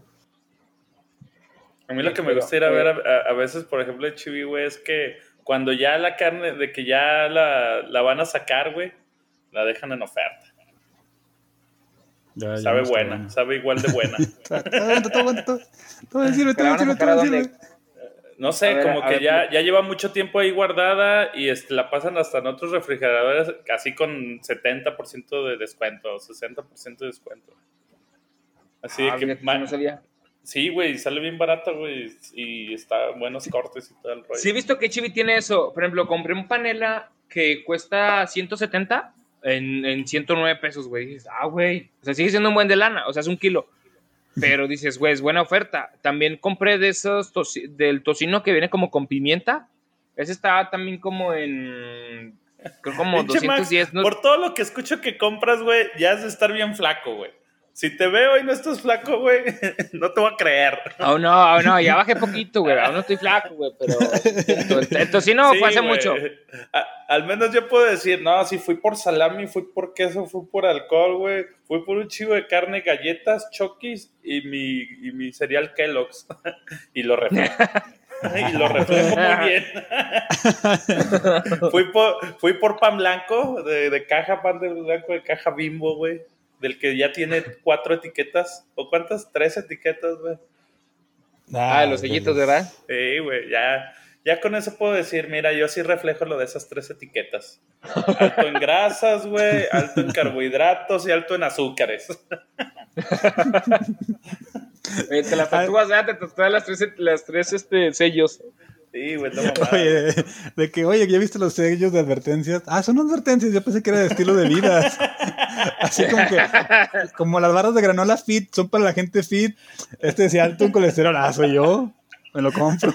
A mí lo Sí, que me pero, gusta ir a ver eh, a, a veces, por ejemplo, de Chibi, güey, es que cuando ya la carne, de que ya la, la van a sacar, güey, la dejan en oferta. Ya, ya Sabe no está buena, bueno. sabe igual de buena. Aguanta, todo, aguanta, todo. Todo sirve, ¿Que la todo van a sirve, sacar a todo dónde? sirve. No sé, A ver, como a que ver, ya, pues. ya lleva mucho tiempo ahí guardada y este, la pasan hasta en otros refrigeradores, casi con setenta por ciento de descuento, sesenta por ciento de descuento. Así Ah, de que, fíjate, ma- no sabía. sí, güey, sale bien barata, güey, y está buenos cortes y todo el rollo. Sí he visto que Chibi tiene eso. Por ejemplo, compré un panela que cuesta ciento setenta en, en ciento nueve pesos, güey. Dices, ah, güey. O sea, sigue siendo un buen de lana. O sea, es un kilo. Pero dices, güey, es buena oferta. También compré de esos, toci- del tocino que viene como con pimienta. Ese estaba también como en... Creo como Pinche Max, doscientos diez. ¿no? por todo lo que escucho que compras, güey, ya has de estar bien flaco, güey. Si te veo y no estás flaco, güey, no te voy a creer. Aún no, aún no, ya bajé poquito, güey. Aún no estoy flaco, güey, pero el tocino Sí, fue hace güey. mucho. A- al menos yo puedo decir, no, si fui por salami, fui por queso, fui por alcohol, güey. Fui por un chivo de carne, galletas, Chokis y mi, y mi cereal Kellogg's. Y lo reflejo. Y lo reflejo muy bien. fui, por, fui por pan blanco, de, de caja, pan de blanco de caja Bimbo, güey. Del que ya tiene cuatro etiquetas. ¿O cuántas? Tres etiquetas, güey. Ah, los sellitos, ¿verdad? Sí, güey, ya, ya con eso puedo decir, mira, yo sí reflejo lo de esas tres etiquetas. Alto en grasas, güey, alto en carbohidratos y alto en azúcares. Oye, te las tatúas, ¿verdad? Te tatúas las tres, las tres este, sellos. Sí, güey, no mamá. Oye, de que, oye, ¿ya viste los sellos de advertencias? Ah, son advertencias, yo pensé que era de estilo de vida. Así como que, como las barras de granola fit son para la gente fit. Este decía alto en colesterol, ah, soy yo, me lo compro.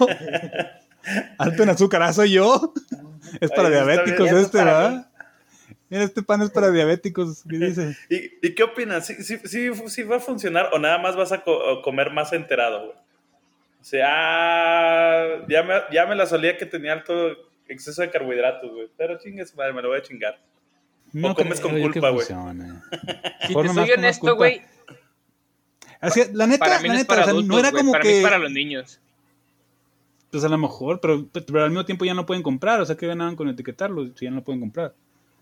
Alto en azúcar, ah, soy yo. Es para Oye, está diabéticos bien, este, para ¿verdad? Mira, este pan es para diabéticos, ¿qué dice? ¿Y, ¿Y qué opinas? ¿Sí, sí, sí, sí va a funcionar o nada más vas a co- comer más enterado, güey? O sea, ya me, ya me la solía que tenía alto exceso de carbohidratos, güey. Pero chingues, madre, me lo voy a chingar. No O comes creo con yo que culpa, güey. funcione. Si Por te nomás soy con más honesto, culpa. güey, Así, la neta, para mí la no es neta, para o sea, adultos, no era güey, como para que... mí es para los niños. Pues a lo mejor, pero, pero al mismo tiempo ya no pueden comprar. O sea, ¿qué ganaban con etiquetarlo si ya no lo pueden comprar?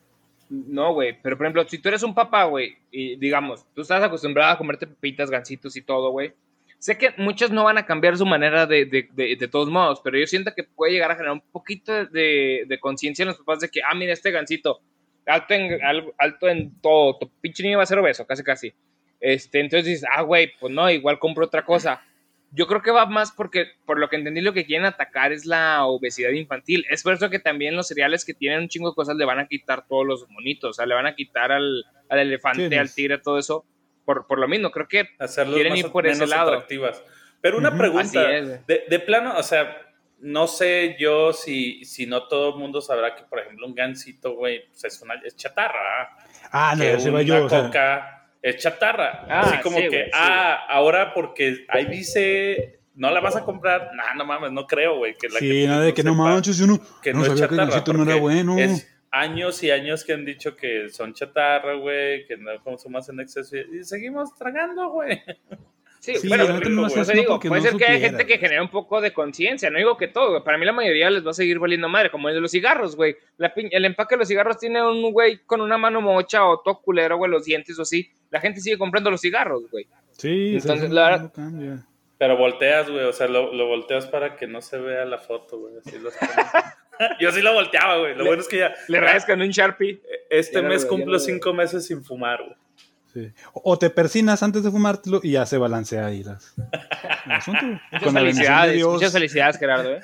No, güey, pero por ejemplo, si tú eres un papá, güey, y digamos, tú estás acostumbrado a comerte papitas, gancitos y todo, güey. Sé que muchos no van a cambiar su manera de, de, de, de todos modos, pero yo siento que puede llegar a generar un poquito de, de conciencia en los papás de que, ah, mira, este gancito, alto en, al- alto en todo, tu pinche niño va a ser obeso, casi casi. Este, entonces dices, ah, güey, pues no, igual compro otra cosa. Yo creo que va más porque, por lo que entendí, lo que quieren atacar es la obesidad infantil. Es por eso que también los cereales que tienen un chingo de cosas le van a quitar todos los monitos, o sea, le van a quitar al, al elefante, Sí, al pues. tigre, todo eso, por, por lo mismo. Creo que Hacerlos quieren más, ir por ese menos lado. atractivas. Pero una Ujú. Así pregunta, es, güey. de, de plano, o sea, no sé yo si, si no todo el mundo sabrá que, por ejemplo, un gansito, güey, pues es, una, es chatarra. Ah, no, Que ese una va yo. O sea, coca es chatarra. Ah, Así como sí, que, güey, sí, ah, ahora porque ahí dice, no la vas a comprar. Nah, no mames, no creo, güey. Que la sí, gente nada de que no sepa manches, yo no, que no, no, es sabía que el chatarra. gansito no era porque bueno. Es años y años que han dicho que son chatarra, güey, que no consumas en exceso. Y seguimos tragando, güey. Sí, Sí, bueno, la neta rico, no güey. es por eso no digo, porque puede no ser que haya supiera, gente que güey. genere un poco de conciencia, no digo que todo, güey. Para mí la mayoría les va a seguir valiendo madre, como el de los cigarros, güey. La pin- el empaque de los cigarros tiene un güey con una mano mocha o todo culero, güey, los dientes o así. La gente sigue comprando los cigarros, güey. Sí, Entonces, eso no, la verdad- no cambia. Pero volteas, güey, o sea, lo, lo volteas para que no se vea la foto, güey. Así los pones. Yo sí lo volteaba, güey. Lo Le- bueno es que ya. Le rayas con un Sharpie. Este Ya no mes lo- ya cumplo no lo- cinco meses sin fumar, güey. Sí. O te persinas antes de fumártelo y ya se balancea ahí las, el asunto. Muchas Con la bendición de felicidades, Dios. muchas felicidades, Gerardo, ¿eh?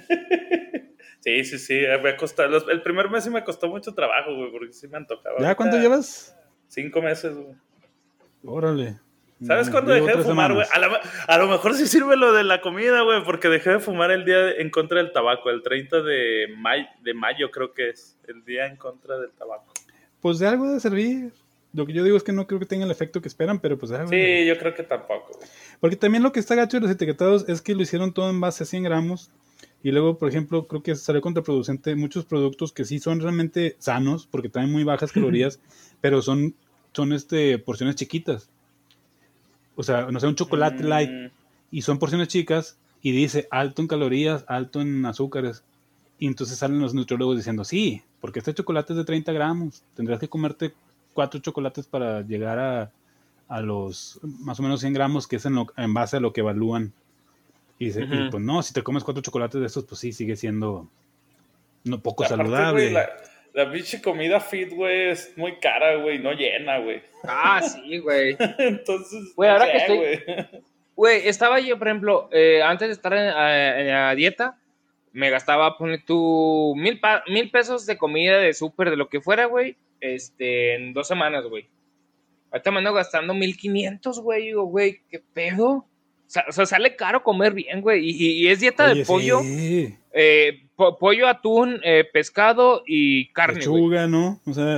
Sí, sí, sí. Me ha costado, los- el primer mes sí me costó mucho trabajo, güey, porque sí me antojaba. ¿Ya cuánto Ahorita, llevas? Cinco meses, güey. Órale. ¿Sabes Mm, cuándo llevo dejé de tres fumar, güey? semanas. A, la- a lo mejor sí sirve lo de la comida, güey, porque dejé de fumar el día en contra del tabaco, el treinta de, may- de mayo creo que es, el día en contra del tabaco. Pues de algo debe servir. Lo que yo digo es que no creo que tenga el efecto que esperan, pero pues de algo. Sí, yo creo que tampoco, güey. Porque también lo que está gacho de los etiquetados es que lo hicieron todo en base a cien gramos. Y luego, por ejemplo, creo que salió contraproducente muchos productos que sí son realmente sanos, porque traen muy bajas calorías, pero son, son este, porciones chiquitas. O sea, no sé, un chocolate Mm, light y son porciones chicas y dice alto en calorías, alto en azúcares. Y entonces salen los nutriólogos diciendo, sí, porque este chocolate es de treinta gramos, tendrás que comerte cuatro chocolates para llegar a, a los más o menos cien gramos, que es en, lo, en base a lo que evalúan. Y, dice, Ujú. y pues no, si te comes cuatro chocolates de estos, pues sí, sigue siendo no poco aparte, saludable. güey, la, la pinche comida fit, güey, es muy cara, güey, no llena, güey. Ah, sí, güey. Entonces, Güey, no ahora sé, que estoy- güey. Güey, estaba yo, por ejemplo, eh, antes de estar en, a- en la dieta, me gastaba, ponle tú, mil, pa- mil pesos de comida, de súper, de lo que fuera, güey, este, en dos semanas, güey. Ahorita me ando gastando mil quinientos, güey. Digo, güey, ¿qué pedo? O sea, o sea, sale caro comer bien, güey. Y, y- y es dieta Oye, de pollo, sí, eh, po- pollo, atún, eh, pescado y carne, güey. lechuga, ¿no? O sea,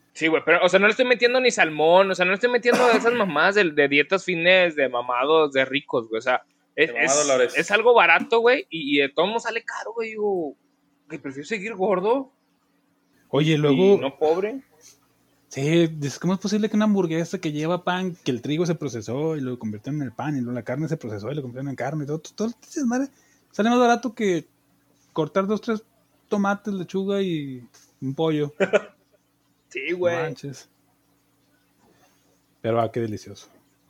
Sí, güey, pero, o sea, no le estoy metiendo ni salmón, o sea, no le estoy metiendo de esas mamadas de, de dietas fitness, de mamados, de ricos, güey, o sea, es, es, es algo barato, güey, y, y de todo mundo sale caro, güey, digo, güey, prefiero seguir gordo. Oye, y, luego... Y no pobre. Sí, ¿cómo es posible que una hamburguesa que lleva pan, que el trigo se procesó y lo convirtieron en el pan, y luego la carne se procesó y lo convirtieron en carne, y todo, todo, todo madre, sale más barato que cortar dos, tres tomates, lechuga y un pollo? Sí, güey. No manches. Pero ah, qué delicioso.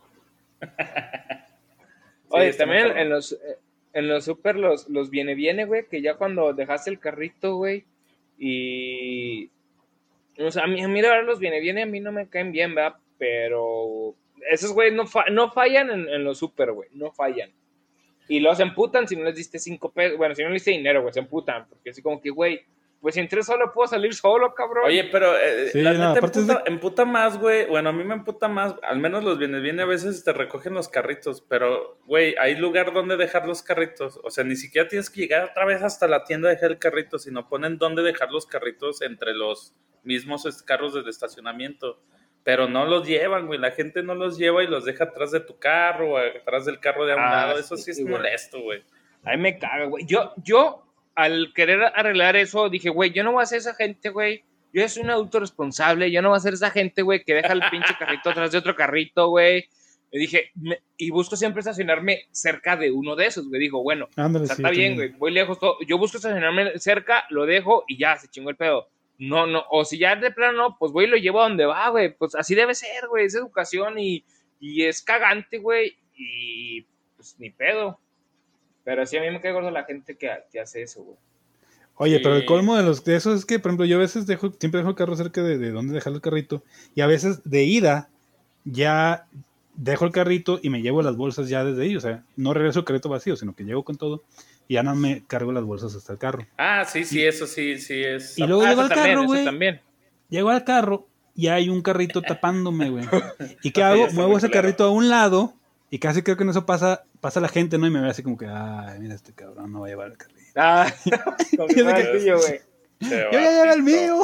Oye, sí, también en los, en los super los, los viene viene, güey, que ya cuando dejaste el carrito, güey, y... O sea, a mí, a mí de verdad los viene viene, a mí no me caen bien, ¿verdad? Pero esos güey no, fa no fallan en, en los super, güey, no fallan. Y los emputan si no les diste cinco pesos, bueno, si no les diste dinero, güey, se emputan, porque así como que, güey, pues si entré solo puedo salir solo, cabrón. Oye, pero eh, sí, la no, neta emputa, de... emputa más, güey. Bueno, a mí me emputa más. Al menos los bienes viene a veces te recogen los carritos. Pero, güey, hay lugar donde dejar los carritos. O sea, ni siquiera tienes que llegar otra vez hasta la tienda a dejar el carrito, sino ponen dónde dejar los carritos entre los mismos carros del estacionamiento. Pero no los llevan, güey. La gente no los lleva y los deja atrás de tu carro o atrás del carro de a un ah, lado. Eso sí, sí es güey. molesto, güey. A mí me caga, güey. Yo, yo... al querer arreglar eso, dije, güey, yo no voy a ser esa gente, güey. Yo soy un adulto responsable, yo no voy a ser esa gente, güey, que deja el pinche carrito atrás de otro carrito, güey. Y dije, me, y busco siempre estacionarme cerca de uno de esos, güey. Digo, bueno, Ándale, o sea, sí, está bien, güey, voy lejos todo. Yo busco estacionarme cerca, lo dejo y ya, se chingó el pedo. No, no, o si ya de plano no, pues voy y lo llevo a donde va, güey. Pues así debe ser, güey, es educación y, y es cagante, güey. Y pues ni pedo. Pero sí, a mí me cae gordo la gente que, que hace eso, güey. Oye, sí. Pero el colmo de los de eso es que, por ejemplo, yo a veces dejo, siempre dejo el carro cerca de, de donde dejar el carrito, y a veces de ida ya dejo el carrito y me llevo las bolsas ya desde ahí, o sea, no regreso el carrito vacío, sino que llego con todo y ya no me cargo las bolsas hasta el carro. Ah, sí, sí, y, eso sí, sí es. Y luego ah, llego al también, carro, güey. Llego al carro y hay un carrito tapándome, güey. ¿Y qué hago? Muevo ese claro. carrito a un lado. Y casi creo que en eso pasa pasa la gente, ¿no? Y me ve así como que, ay, mira este cabrón, no va a llevar el carrito. Ah, con mi tuyo, güey. Yo ya llevé el mío.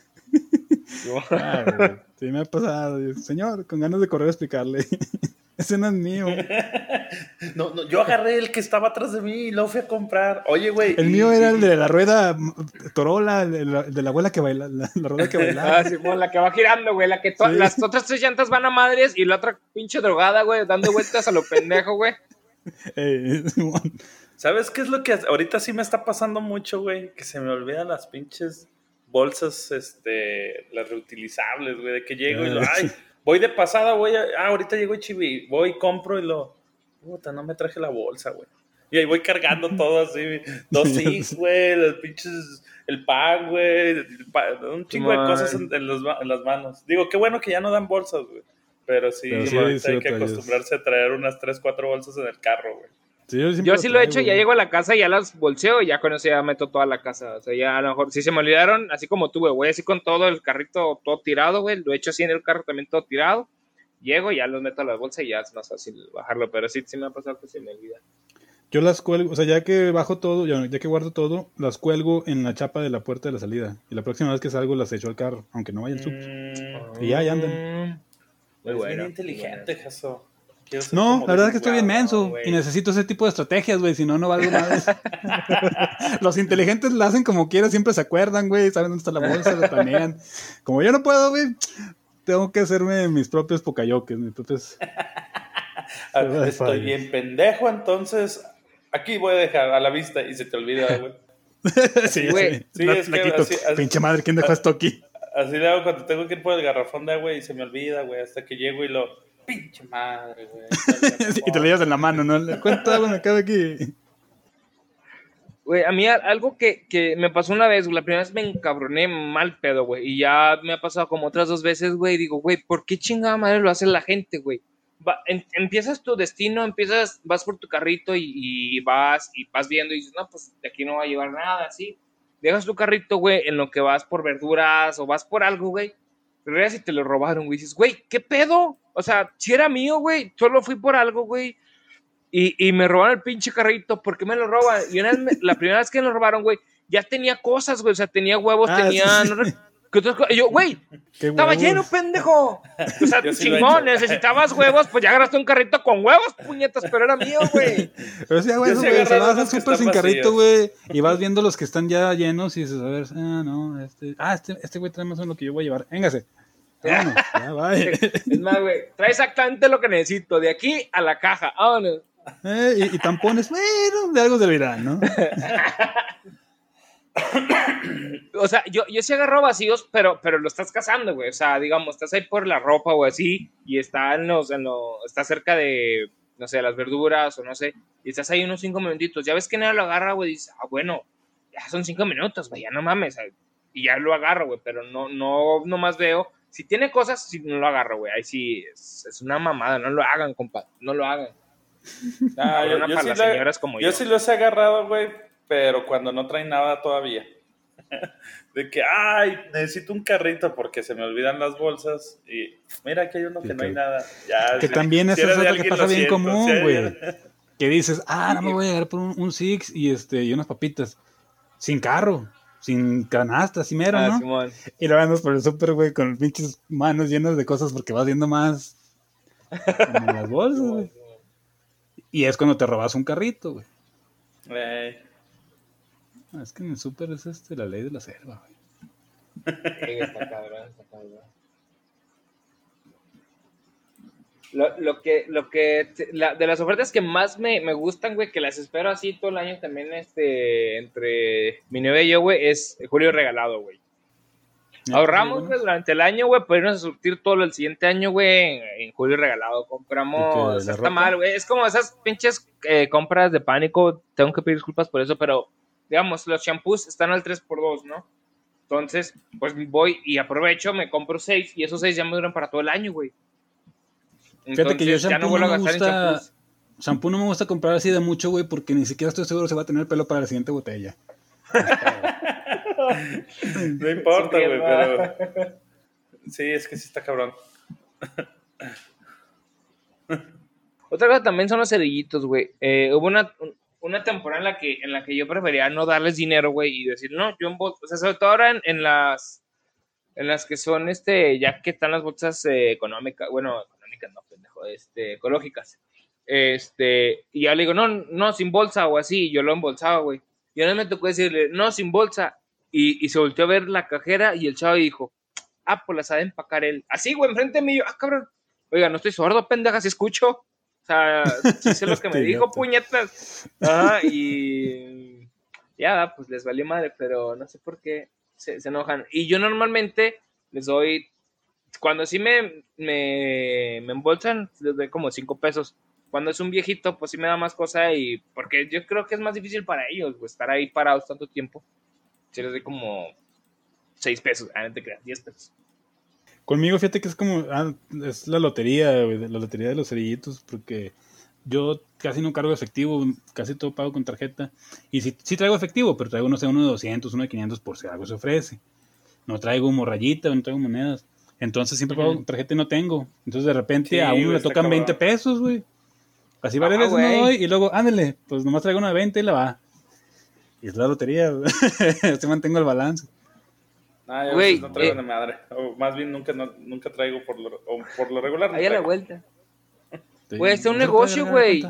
ah, güey, sí me ha pasado. Señor, con ganas de correr a explicarle. Ese no es mío. No, no, yo agarré el que estaba atrás de mí y lo fui a comprar. Oye, güey. El y, mío era y, el de la rueda Torola, el de la, de la abuela que baila, la, la rueda que bailaba. Ah, sí, bueno, la que va girando, güey, la que to- sí. Las otras tres llantas van a madres y la otra pinche drogada, güey, dando vueltas a lo pendejo, güey. Hey, ¿Sabes qué es lo que ahorita sí me está pasando mucho, güey? Que se me olvidan las pinches bolsas, este, las reutilizables, güey, de que llego y lo, ay, voy de pasada, güey, ah, ahorita llego y chivi, voy, compro y lo, puta, no me traje la bolsa, güey. Y ahí voy cargando todo así, dos six, güey, los pinches, el pan, güey, un chingo Man. de cosas en, en, los, en las manos. Digo, qué bueno que ya no dan bolsas, güey. Pero sí, Pero sí, sí, sí hay que acostumbrarse a traer unas tres, cuatro bolsas en el carro, güey. Sí, yo, yo sí lo he hecho, ya llego a la casa y ya las bolseo y ya con eso ya meto toda la casa. O sea, ya a lo mejor, si se me olvidaron, así como tú, güey, voy así con todo el carrito todo tirado, güey, lo he hecho así en el carro también todo tirado. Llego, ya los meto a la bolsa y ya es más fácil bajarlo, pero sí, sí me ha pasado que se me olvida. Yo las cuelgo, o sea, ya que bajo todo, ya, ya que guardo todo, las cuelgo en la chapa de la puerta de la salida. Y la próxima vez que salgo las echo al carro, aunque no vaya el súper. Mm, y ya, ya andan. Muy bueno. Bien inteligente, Jaso. No, la verdad es que estoy bien menso no, y necesito ese tipo de estrategias, güey, si no, no valgo más. Los inteligentes la hacen como quieran, siempre se acuerdan, güey, saben dónde está la bolsa, lo planean. Como yo no puedo, güey, tengo que hacerme mis propios pocayoques, mis propios... Estoy bien pendejo, entonces aquí voy a dejar a la vista y se te olvida, güey. Sí, güey. Sí, la, es la que quito. Así, así, pinche madre, ¿quién dejó esto aquí? Así le hago cuando tengo que ir por el garrafón de agua y se me olvida, güey, hasta que llego y lo... Pinche madre, güey. Y te lo llevas en la mano, ¿no? ¿Cuánto agua me cabe aquí? Güey, a mí algo que, que me pasó una vez, la primera vez me encabroné mal pedo, güey, y ya me ha pasado como otras dos veces, güey, digo, güey, ¿por qué chingada madre lo hace la gente, güey? Va, en, empiezas tu destino, empiezas, vas por tu carrito y, y vas y vas viendo y dices, no, pues de aquí no va a llevar nada, así. Dejas tu carrito, güey, en lo que vas por verduras o vas por algo, güey. Regresas y te lo robaron, güey. Dices, güey, ¿qué pedo? O sea, si era mío, güey, solo fui por algo, güey. Y, y me robaron el pinche carrito, ¿por qué me lo roban? Y una vez me, la primera vez que me lo robaron, güey, ya tenía cosas, güey. O sea, tenía huevos, ah, tenía, sí, sí. No, ¿Qué otras cosas? Y yo, güey, estaba lleno, pendejo. O sea, chingón, necesitabas huevos, pues ya agarraste un carrito con huevos, puñetas, pero era mío, güey. Pero sí, güey, eso, güey, se vas al súper sin carrito, güey, y vas viendo los que están ya llenos y dices, a ver, ah, no, este, ah, este, este güey trae más o menos lo que yo voy a llevar, véngase. Vámonos, ya, vaya. Es más, güey, trae exactamente lo que necesito, de aquí a la caja, vámonos. Eh, y, y tampones, bueno, de algo servirán, ¿no? O sea, yo, yo sí agarro vacíos, pero, pero lo estás cazando, güey. O sea, digamos, estás ahí por la ropa o así, y está en los, en los, está cerca de, no sé, las verduras o no sé, y estás ahí unos cinco minutitos. Ya ves que nadie lo agarra, güey, y dices, ah, bueno, ya son cinco minutos, güey, ya no mames. Y ya lo agarro, güey, pero no, no, no más veo. Si tiene cosas, sí no lo agarro, güey. Ahí sí, es, es una mamada, no lo hagan, compa, no lo hagan. Ah, yo, yo, sí la, como yo, yo sí los he agarrado, güey, pero cuando no traen nada todavía. De que, ay, necesito un carrito porque se me olvidan las bolsas y mira, aquí hay uno que sí, no hay nada. Ya, que si, también si eso es algo que pasa bien siento, común, güey. Si que dices, ah, no me voy a agarrar por un, un Six y, este, y unas papitas. Sin carro, sin canasta, así mero, ah, ¿no? Simón. Y lo andas por el súper, güey, con pinches manos llenas de cosas porque vas viendo más en las bolsas, güey. Y es cuando te robas un carrito, güey. Eh. No, es que en el súper es este, la ley de la selva, güey. Sí, está cabrón, está cabrón. Lo, lo que, lo que, la, de las ofertas que más me, me gustan, güey, que las espero así todo el año también, este, entre mi novia y yo, güey, es Julio Regalado, güey. Ahorramos, güey, durante el año, güey, para irnos a surtir todo el siguiente año, güey, en, en Julio Regalado. Compramos, está ropa? mal, güey, es como esas pinches eh, compras de pánico, tengo que pedir disculpas por eso, pero, digamos, los shampoos están al tres por dos, ¿no? Entonces, pues voy y aprovecho, me compro seis, y esos seis ya me duran para todo el año, güey. Entonces, fíjate que yo shampoo ya no vuelvo no a gastar gusta, en shampoos. Shampoo no me gusta comprar así de mucho, güey, porque ni siquiera estoy seguro si va a tener pelo para la siguiente botella. No importa, güey, sí, pero... Sí, es que sí está cabrón. Otra cosa también son los cerillitos, güey. Eh, hubo una, una temporada en la, que, en la que yo prefería no darles dinero, güey, y decir, no, yo en bolsas... O sea, sobre todo ahora en, en las... En las que son, este, ya que están las bolsas eh, económicas, bueno, económicas no, pendejo, este, ecológicas. Este, y ya le digo, no, no, sin bolsa o así, yo lo embolsaba, güey. Y ahora me tocó decirle, no, sin bolsa. Y, y se volteó a ver la cajera y el chavo dijo, ah, pues las ha de empacar él. Así, güey, enfrente mío, ah, cabrón. Oiga, no estoy sordo, pendeja, si escucho. O sea, sí sé lo que me dijo, puñetas. Ajá, y ya, pues les valió madre, pero no sé por qué se, se enojan. Y yo normalmente les doy, cuando sí me, me, me embolsan, les doy como cinco pesos. Cuando es un viejito, pues sí me da más cosa y porque yo creo que es más difícil para ellos, pues, estar ahí parados tanto tiempo. Sí les doy como seis pesos, ah, no te creas, diez pesos. Conmigo, fíjate que es como, ah, es la lotería, la lotería de los cerillitos, porque yo casi no cargo efectivo, casi todo pago con tarjeta. Y sí, sí traigo efectivo, pero traigo, no sé, uno de doscientos, uno de quinientos por si algo se ofrece. No traigo morrayita, no traigo monedas. Entonces siempre pago con tarjeta y no tengo. Entonces de repente sí, a uno le tocan veinte pesos, güey. Así varias veces no doy y luego, ándale, pues nomás traigo una de veinte y la va. Y es la lotería, güey. Así mantengo el balance. Ah, yo wey, no traigo eh, de madre. O más bien nunca, no, nunca traigo por lo, o por lo regular. Ahí a la vuelta. Güey, está un negocio, güey.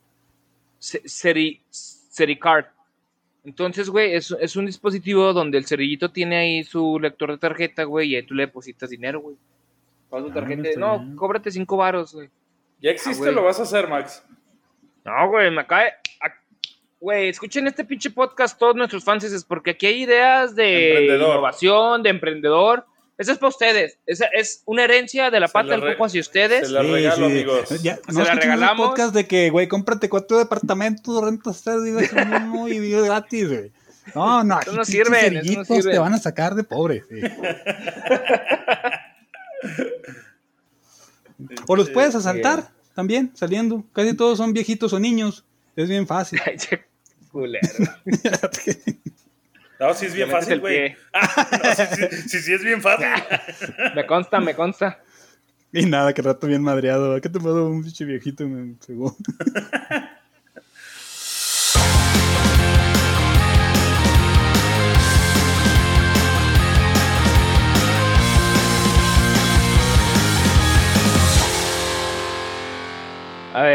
Seri, Sericard. Entonces, güey, es, es un dispositivo donde el cerillito tiene ahí su lector de tarjeta, güey, y ahí tú le depositas dinero, güey. Para tu tarjeta. Ah, no, no cóbrate cinco varos, güey. ¿Ya existe o ah, lo vas a hacer, Max? No, güey, me cae... Güey, escuchen este pinche podcast todos nuestros fans, es porque aquí hay ideas de innovación, de emprendedor. Eso es para ustedes. Esa es una herencia de la pata del coco hacia ustedes. Se la regalo, sí, sí. amigos. Ya, no se la regalamos. Un podcast de que, güey, cómprate cuatro departamentos, rentas tres, vives uno y vives gratis, güey. No, no, aquí no sirven, eso no sirven. Te van a sacar de pobre. Sí. O los puedes asaltar sí. también, saliendo. Casi todos son viejitos o niños. Es bien fácil. Ay, culero. No, sí es bien fácil, güey. Ah, no, sí, sí, sí, sí es bien fácil. Me consta, me consta. Y nada, que rato bien madreado. ¿Qué te pasó un pinche viejito? Me pegó.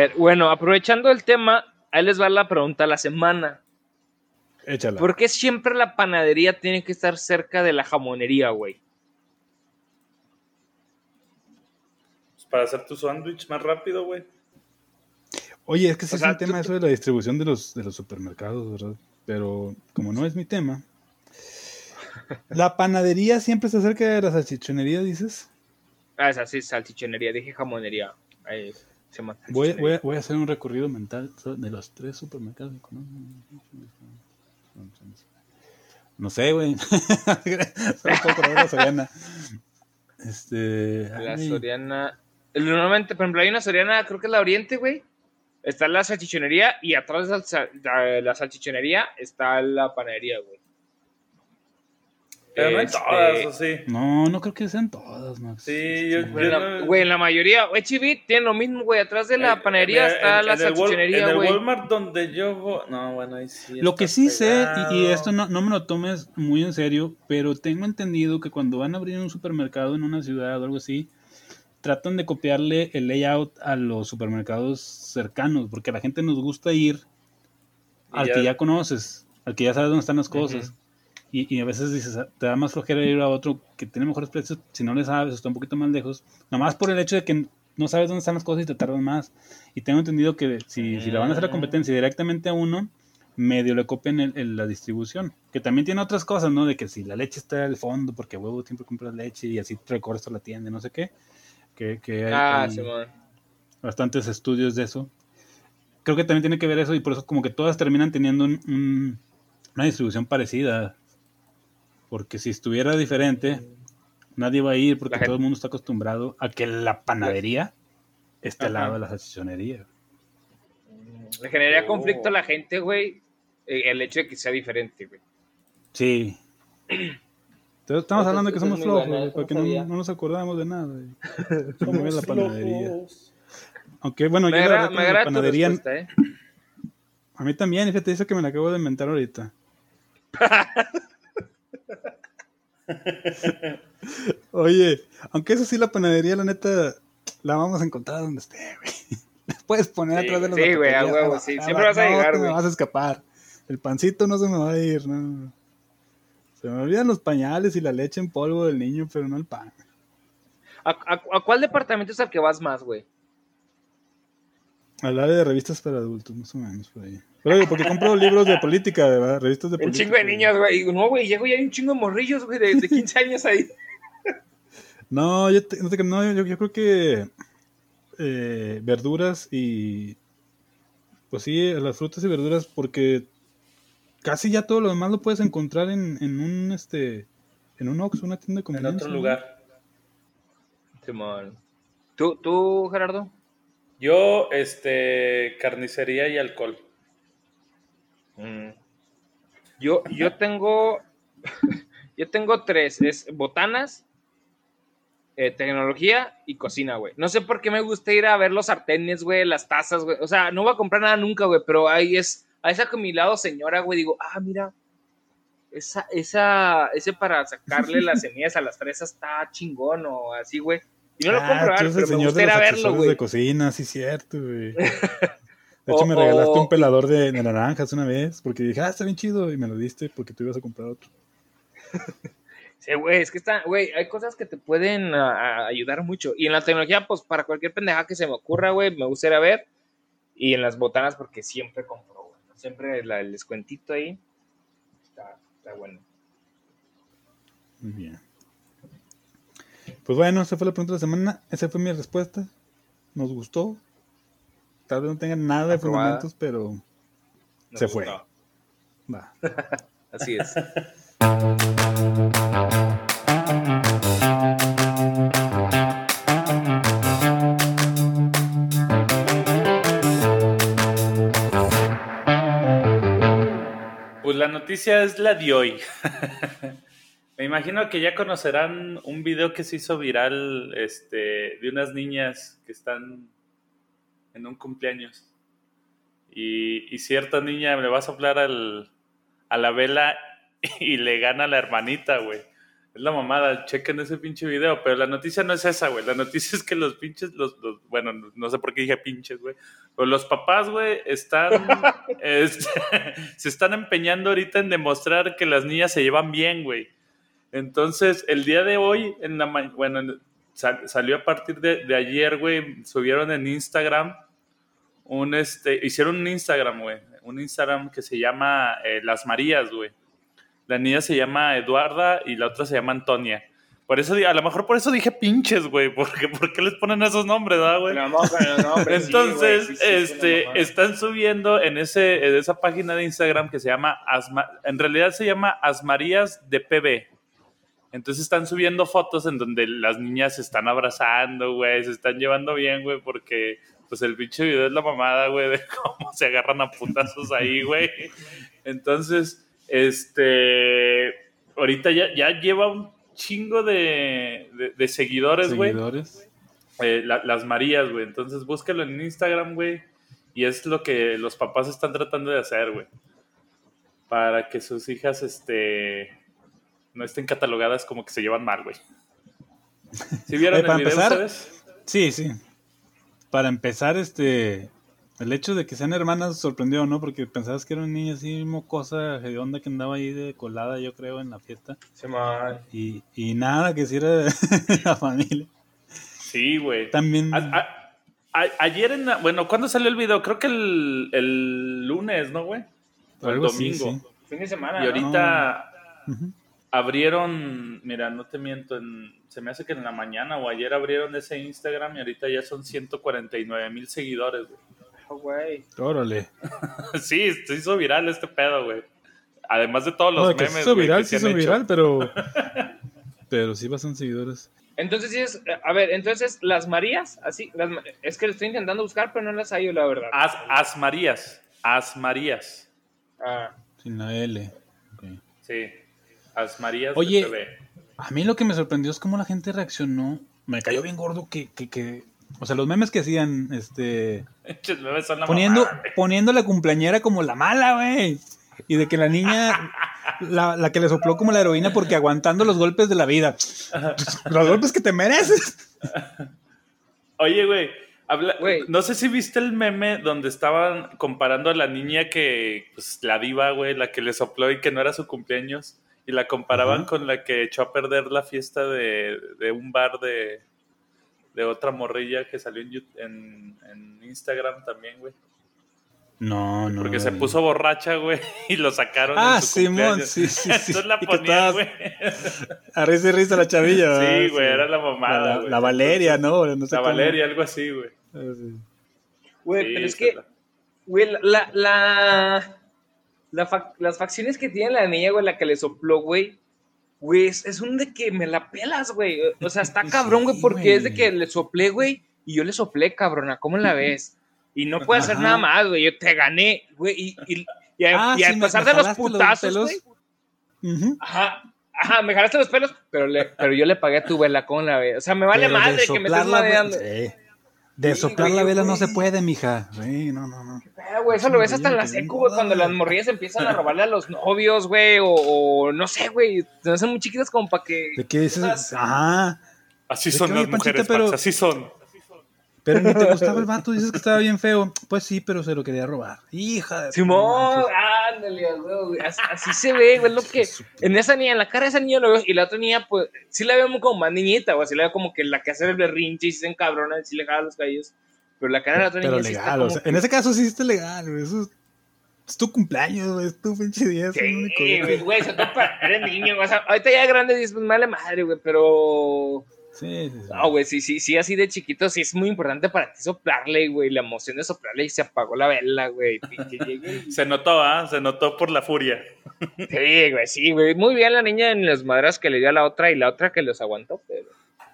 ver, bueno, aprovechando el tema, ahí les va la pregunta a la semana. Échala. ¿Por qué siempre la panadería tiene que estar cerca de la jamonería, güey? Pues para hacer tu sándwich más rápido, güey. Oye, es que sí O es sea, un tema tú- eso de la distribución de los, de los supermercados, ¿verdad? Pero como no es mi tema. ¿La panadería siempre está cerca de la salchichonería, dices? Ah, esa sí, salchichonería, dije jamonería. Ahí se llama Voy, salchichonería. voy, a, voy a hacer un recorrido mental de los tres supermercados. No sé, güey. Solo puedo acordar de la Soriana. Este. La ay, Soriana. Normalmente, por ejemplo, hay una Soriana, creo que es la Oriente, güey. Está la salchichonería y atrás de la, sal- la- la salchichonería está la panadería, güey. Pero no en Este, todas, ¿o sí? No, no creo que sean todas, Max. Sí, yo, Este, Güey, en yo la, no- güey, en la mayoría, H E B tiene lo mismo, güey. Atrás de la Eh, panadería eh, está en, la en el Wal- salchichonería, en el güey. Walmart donde yo voy. No, bueno, ahí sí. Lo que está sí sé, y, y pegado. esto no, no me lo tomes muy en serio, pero tengo entendido que cuando van a abrir un supermercado en una ciudad o algo así, tratan de copiarle el layout a los supermercados cercanos, porque a la gente nos gusta ir Y al ya- que ya conoces, al que ya sabes dónde están las cosas. Ujú. Y, y a veces dices, "Ah, te da más flojera ir a otro que tiene mejores precios si no le sabes, o está un poquito más lejos, nomás por el hecho de que no sabes dónde están las cosas y te tardan más. Y tengo entendido que si, si le van a hacer la competencia directamente a uno, medio le copian el- el- la distribución. Que también tiene otras cosas, ¿no? De que si la leche está al fondo, porque a huevo siempre compras leche y así recorres toda la tienda, no sé qué. Que, que hay, Ah, hay Simón. bastantes estudios de eso. Creo que también tiene que ver eso y por eso como que todas terminan teniendo un- un- una distribución parecida. Porque si estuviera diferente, nadie va a ir porque La gente- todo el mundo está acostumbrado a que la panadería esté al Ajá. lado de la salchichonería. Le generaría Oh. conflicto a la gente, güey, eh, el hecho de que sea diferente, güey. Sí. Entonces, estamos Esa- hablando de que esa somos es muy flojos, buena, güey, esa porque no no, sabía. no nos acordamos de nada. güey. Somos Mueve la panadería. flojos. Aunque bueno, Me yo la agrada, verdad me con la agrada tu panadería, respuesta, ¿eh? a mí también, fíjate, dice que me la acabo de inventar ahorita. Oye, aunque eso sí, la panadería, la neta, la vamos a encontrar donde esté, güey. La puedes poner Sí, atrás de la sí, güey, a tapetería, huevo, ah, sí. ah, Siempre vas a no llegar, te me güey. vas a escapar. El pancito no se me va a ir, no. Se me olvidan los pañales y la leche en polvo del niño, pero no el pan. ¿A, a, a cuál departamento es al que vas más, güey? Al área de revistas para adultos, más o menos, por ahí. Pero digo, porque compro libros de política, ¿verdad? Revistas de Un política. chingo de güey. niños, güey. Y no, güey, llego y hay un chingo de morrillos, güey, de, de quince años ahí. No, yo, te- no, te- no, yo, yo creo que eh, verduras y... Pues sí, las frutas y verduras, porque casi ya todo lo demás lo puedes encontrar en, en un, este... En un Oxxo, una tienda de En conveniencia. otro ¿no? lugar. Simón. ¿Tú, tú, Gerardo? Yo, este, carnicería y alcohol. Mm. Yo, yo tengo... yo tengo tres. Es botanas, eh, tecnología y cocina, güey. No sé por qué me gusta ir a ver los sartenes, güey, las tazas, güey. O sea, no voy a comprar nada nunca, güey, pero ahí es... Ahí saco mi lado señora, güey. Digo, ah, mira... Esa, esa, ese para sacarle las semillas a las fresas está chingón o así, güey. Y no lo Ah, compro, tú ¿verdad? eres el Pero me señor gusta de ir los a verlo, accesorios güey. de cocina, sí, cierto, güey. De hecho, O- me regalaste o- un pelador de, de naranjas una vez, porque dije, ah, está bien chido, y me lo diste porque tú ibas a comprar otro. Sí, güey, es que está, güey, hay cosas que te pueden a, a ayudar mucho. Y en la tecnología, pues para cualquier pendeja que se me ocurra, güey, me gusta ir a ver. Y en las botanas, porque siempre compro, güey. Siempre la- el descuentito ahí está, está bueno. Muy bien. Pues bueno, esa fue la pregunta de la semana. Esa fue mi respuesta. Nos gustó. Tal vez no tenga nada de Aprobada. fundamentos, pero Nos se gustó. fue. Va. Así es. Pues la noticia es la de hoy. Me imagino que ya conocerán un video que se hizo viral, este, de unas niñas que están en un cumpleaños. Y, y cierta niña le va a soplar al, a la vela y le gana a la hermanita, güey. Es la mamada, chequen ese pinche video, pero la noticia no es esa, güey. La noticia es que los pinches, los, los bueno, no sé por qué dije pinches, güey. Pero los papás, güey, están, este, se están empeñando ahorita en demostrar que las niñas se llevan bien, güey. Entonces, el día de hoy, en la ma- bueno, sal, salió a partir de, de ayer, güey, subieron en Instagram un, este, hicieron un Instagram, güey, un Instagram que se llama eh, Las Marías, güey. La niña se llama Eduarda y la otra se llama Antonia. Por eso, a lo mejor por eso dije pinches, güey. Porque, ¿por qué les ponen esos nombres, verdad, güey? Entonces, sí, sí, sí, este, están subiendo en, ese, en esa página de Instagram que se llama, Asma, en realidad se llama Asmarías de P B. Entonces están subiendo fotos en donde las niñas se están abrazando, güey. Se están llevando bien, güey, porque pues el pinche video es la mamada, güey, de cómo se agarran a putazos ahí, güey. Entonces... Este, ahorita ya, ya lleva un chingo de, de, de seguidores, güey. ¿Seguidores? Eh, la, las Marías, güey. Entonces búscalo en Instagram, güey. Y es lo que los papás están tratando de hacer, güey. Para que sus hijas, este, no estén catalogadas como que se llevan mal, güey. ¿Sí vieron Oye, el video empezar, ustedes? Sí, sí. Para empezar, este... El hecho de que sean hermanas sorprendió, ¿no? Porque pensabas que era una niña así mocosa, hedionda, que andaba ahí de colada, yo creo, en la fiesta. Sí, man. Y, y nada, que si era de la familia. Sí, güey. También... A, a, a, ayer en la, bueno, ¿cuándo salió el video? Creo que el, el lunes, ¿no, güey? O el domingo. Sí, sí. Fin de semana, y ahorita no. uh-huh. abrieron, mira, no te miento, en, se me hace que en la mañana o ayer abrieron ese Instagram y ahorita ya son ciento cuarenta y nueve mil seguidores, güey. Güey. Órale. Sí, se hizo viral este pedo, güey. Además de todos los no, que memes, se hizo güey, viral, que se se hizo han viral, hecho. pero pero sí basan seguidores. Entonces sí es, a ver, entonces las Marías, así, las, es que lo estoy intentando buscar, pero no las hallo, la verdad. As, As Marías, As Marías. Ah. Sin la L. Okay. Sí, As Marías. Oye, de P B. A mí lo que me sorprendió es cómo la gente reaccionó. Me cayó bien gordo que, que, que o sea, los memes que hacían, este... memes son la poniendo, mamada, poniendo la cumpleañera como la mala, güey. Y de que la niña, la, la que le sopló como la heroína porque aguantando los golpes de la vida. Los golpes que te mereces. Oye, güey, habla, no sé si viste el meme donde estaban comparando a la niña que, pues, la diva, güey, la que le sopló y que no era su cumpleaños. Y la comparaban uh-huh. con la que echó a perder la fiesta de, de un bar de... de otra morrilla que salió en, en, en Instagram también, güey. No, no. Porque se puso borracha, güey, y lo sacaron ah, en su Simón, cumpleaños. sí, sí, sí. Entonces la ponían, güey. A risa y risa la chavilla. Sí, güey, sí. Era la mamada, güey. La, la Valeria, ¿no? no sé la cómo. Valeria, algo así, güey. Güey, sí, pero es que, güey, la... la, la fac, las facciones que tiene la niña, güey, la que le sopló, güey, güey, es, es un de que me la pelas, güey. O sea, está cabrón, güey, porque sí, es de que le soplé, güey, y yo le soplé, cabrona. ¿Cómo la ves? Y no puede hacer nada más, güey. Yo te gané, güey. Y, y, y, a, ah, y a sí, pesar de los putazos, güey. Uh-huh. Ajá, ajá, me jalaste los pelos, pero, le, pero yo le pagué a tu vela, ¿cómo la ves? O sea, me vale pero madre que me estés mareando. Sí. De sí, soplar güey, la vela güey. No se puede, mija. Sí, no, no, no. Pero, güey, eso lo ves hasta en la secu, güey, cuando las morrillas empiezan a robarle a los novios, güey, o, o no sé, güey, se hacen muy chiquitas como para que... ¿De qué dices? Estás... Ajá. Así son las mujeres, pero... Pax, así son. Pero ni te gustaba el vato, dices que estaba bien feo. Pues sí, pero se lo quería robar. Hija de... Simón, ándale, güey, así, así se ve, güey, lo que... En esa niña, en la cara de esa niña lo veo, y la otra niña, pues, sí la veo como más niñita, güey, sí la veo como que la que hace el berrinche y se encabrona, y sí le jala los cabellos. Pero la cara de la otra pero niña legal, sí está como o sea, que... en ese caso sí está legal, güey, eso es... Es tu cumpleaños, güey, es tu pinche día. Sí, güey, güey, se topa, eres niño, o sea, ahorita ya grande dices, pues, madre madre, güey, pero... Sí, sí, sí. No, güey, sí, sí, sí, así de chiquito, sí es muy importante para ti soplarle, güey, la emoción de soplarle y se apagó la vela, güey. Y... Se notó, ¿ah? ¿eh? Se notó por la furia. Sí, güey, sí, güey, muy bien la niña en las madras que le dio a la otra y la otra que los aguantó, pero...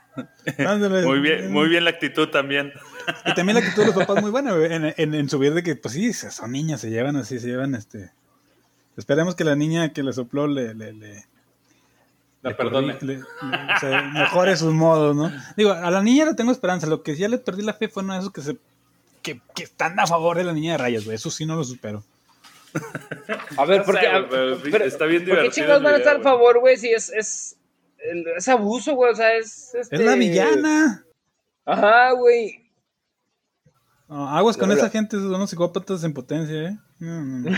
Muy bien, muy bien la actitud también. Y también la actitud de los papás muy buena, güey, en, en, en subir de que, pues sí, son niñas, se llevan así, se llevan, este... Esperemos que la niña que le sopló le... le, le la perdone. Le, le, o sea, mejore sus modos, ¿no? Digo, a la niña le tengo esperanza, lo que ya le perdí la fe fue uno de esos que se... Que, que están a favor de la niña de rayas, güey, eso sí no lo supero. A ver, porque... No sé, pero, pero, está bien divertido. ¿por qué chingados van a estar a favor, güey, si es... es es abuso, güey, o sea, es... Este... Es la villana. Ajá, güey. Oh, aguas con no, esa no. gente, son unos psicópatas en potencia, ¿eh? No, no, no.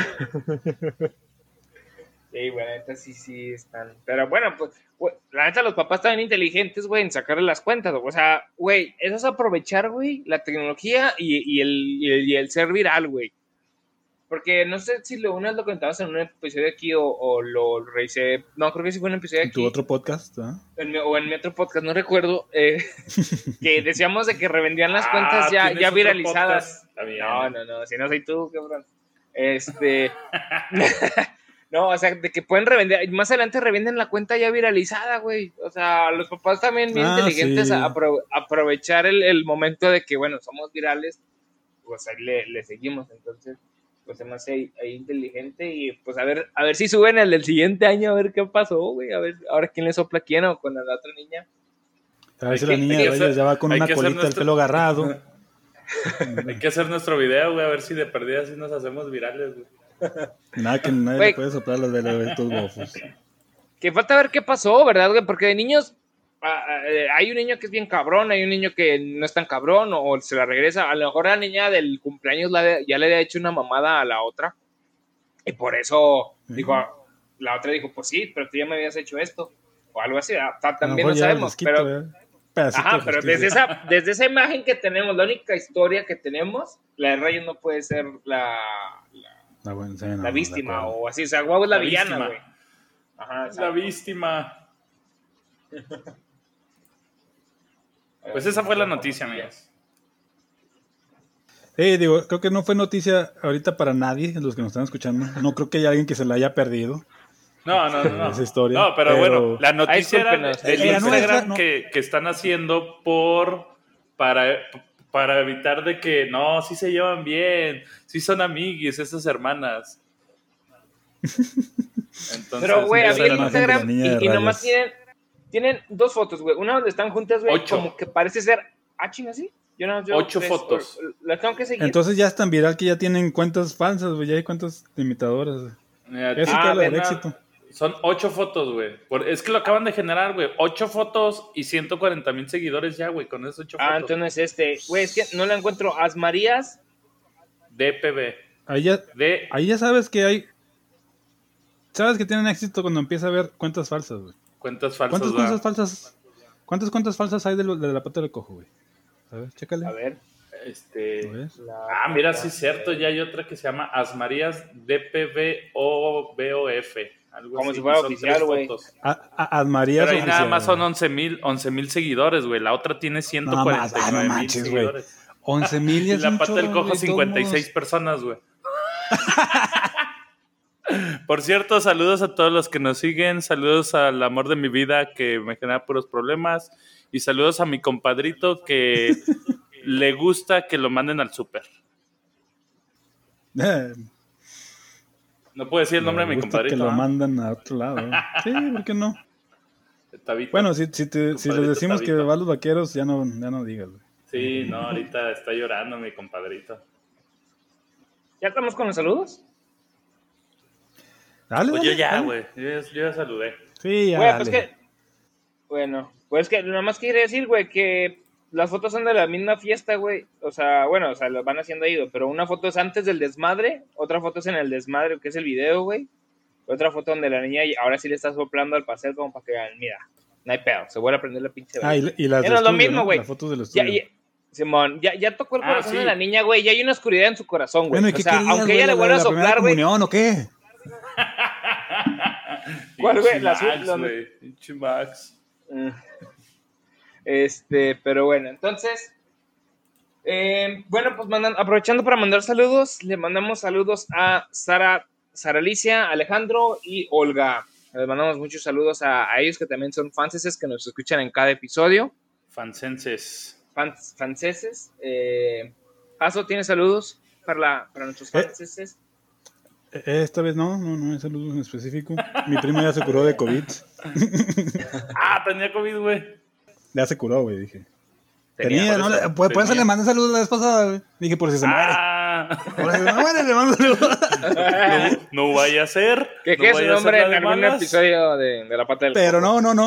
Sí, güey, la neta sí, sí están. Pero bueno, pues, güey, la neta los papás están inteligentes, güey, en sacarle las cuentas. O sea, güey, eso es aprovechar, güey, la tecnología y, y, el, y, el, y el ser viral, güey. Porque no sé si lo una lo comentabas en un episodio aquí o, o lo revisé. No, creo que sí fue un episodio En aquí. tu otro podcast, ¿eh? En mi, o en mi otro podcast, no recuerdo. Eh, que decíamos de que revendían las Ah, cuentas ya, ¿tienes ya otro viralizadas. podcast? Está bien. No, no, no, si no soy tú, cabrón. Este. No, o sea, de que pueden revender, más adelante revenden la cuenta ya viralizada, güey. O sea, los papás también bien Ah, inteligentes sí. a apro- aprovechar el, el momento de que, bueno, somos virales, pues ahí le, le seguimos. Entonces, pues se me hace ahí, ahí inteligente y pues a ver, a ver si suben el del siguiente año, a ver qué pasó, güey. A ver, ahora quién le sopla a quién o con la otra niña. A ver si Hay la que- niña hay de que ellos hacer- ya va con hay una que hacer colita, el nuestro- pelo agarrado. Hay que hacer nuestro video, güey, a ver si de perdida sí nos hacemos virales, güey. Nada, que nadie Güey. le puede soplar los velos de estos gofos. Que falta ver qué pasó, ¿verdad, güey? Porque de niños, ah, ah, eh, hay un niño que es bien cabrón, hay un niño que no es tan cabrón, o, o se la regresa. A lo mejor la niña del cumpleaños la de- ya le había hecho una mamada a la otra. Y por eso dijo, la otra dijo, pues sí, pero tú ya me habías hecho esto. O algo así, ah, ta- A lo también mejor no ya el sabemos. desquite, Pero, ¿verdad? Pedacito ajá, de pero justicia. desde esa, desde esa imagen que tenemos, la única historia que tenemos, la de Ryan no puede ser la, la, Ah, bueno, sí, no, la de víctima acuerdo. o así. O sea, guau es la, La villana, víctima. güey. Ajá, La exacto. víctima. Pues esa fue la noticia, amigos. Sí, digo, creo que no fue noticia ahorita para nadie, los que nos están escuchando. No creo que haya alguien que se la haya perdido. No, no, no. no. Esa historia, No, pero, pero- bueno, la noticia era discúlpenos. del Era Instagram nuestra, ¿no? que, que están haciendo por para, para evitar de que no, sí se llevan bien, sí son amiguis esas hermanas. Entonces, Pero, güey, esa abrí era el la- imagen de la Instagram niña y, de y nomás rayas. tienen, tienen dos fotos, güey. Una donde están juntas, güey, Ocho. como que parece ser... Ah, chinga, ¿sí? Yo no, yo Ocho tres, fotos. o- Las tengo que seguir. Entonces ya es tan viral que ya tienen cuentas falsas, güey. Ya hay cuentas imitadoras. güey. Mira, Eso Ah, te habla del ¿verdad? éxito. Son ocho fotos, güey. Por- Es que lo acaban de generar, güey. Ocho fotos y ciento cuarenta mil seguidores ya, güey, con esas ocho Ah, fotos. entonces no es este. Güey, es que no la encuentro. Asmarías. D P B. Ahí ya, De ahí ya sabes que hay. Sabes que tienen éxito cuando empieza a haber cuentas falsas, güey. cuentas falsas. ¿Cuántas ¿verdad? cuentas falsas? ¿Cuántas cuentas falsas hay de, lo- de la pata del cojo, güey? A ver, chécale. A ver. Este. A ver. La- Ah, mira, sí es cierto. Ya hay otra que se llama Asmarías D P B O B O F. Algo Como así, si fuera y son oficial, tres güey. fotos. A, a, Admarías Pero ahí nada oficial, más son güey. once mil seguidores, güey. La otra tiene ciento No, cuarenta y más, ah, nueve no mil manches, güey. seguidores. once mil y Y es la un pata del chorro, cojo, güey, de todos cincuenta y seis modos. personas, güey. Por cierto, saludos a todos los que nos siguen. Saludos al amor de mi vida que me genera puros problemas. Y saludos a mi compadrito que le gusta que lo manden al súper. Eh, No puedo decir el nombre de me mi gusta compadrito. que lo ¿ah? mandan a otro lado. ¿eh? Sí, ¿por qué no? Tabito. Bueno, si, si, te- si les Compadrito decimos que Tabito. va a los vaqueros, ya no, ya no digas, güey. Sí, no, ahorita está llorando mi compadrito. ¿Ya estamos con los saludos? Dale, Pues dale, yo ya, dale. güey. Yo, ya- yo ya saludé. Sí, ya. Güey, pues dale. que. Bueno, pues que nada más quiere decir, güey, que las fotos son de la misma fiesta, güey. O sea, bueno, o sea, las van haciendo ahí, pero una foto es antes del desmadre, otra foto es en el desmadre, que es el video, güey. Otra foto donde la niña ahora sí le está soplando al pastel como para que vean, mira, no hay pedo, se vuelve a prender la pinche. Ah, y, y las Ya de no es lo estudio, mismo, ¿no? güey. Las fotos del Ya, estudio. ya, Simón, ya, ya tocó el Ah, corazón sí. de la niña, güey. Ya hay una oscuridad en su corazón, güey. Bueno, ¿y o qué sea, querías, aunque güey? ella le ¿La- vuelva a la primera soplar, güey. comunión o qué? ¿Cuál, güey? Pinche La azul, Max, ¿dónde? güey. Pinche Max. Mm. Este, pero bueno, entonces, eh, bueno, pues mandan, aprovechando para mandar saludos, le mandamos saludos a Sara, Sara Alicia, Alejandro y Olga. Les mandamos muchos saludos a, a ellos que también son fanses que nos escuchan en cada episodio. Fansenses. Fans, fanses. Eh, Paso, ¿tienes saludos para, la, para nuestros Eh. fanses? Eh, Esta vez no, no, no hay saludos en específico. Mi primo ya se curó de COVID. Ah, tenía COVID, güey. Ya se curó, güey, dije. Tenía, Tenía, por ¿no? eso, Le- Por, por eso tenía. le mandé saludos la vez pasada, güey. Dije, por si se muere. Ah, Por si se muere, le mando saludos. no, no vaya a ser. Que no quede su vaya a ser nombre la en de algún malas. episodio de, de La Pata del Pero Coco. no, no, no.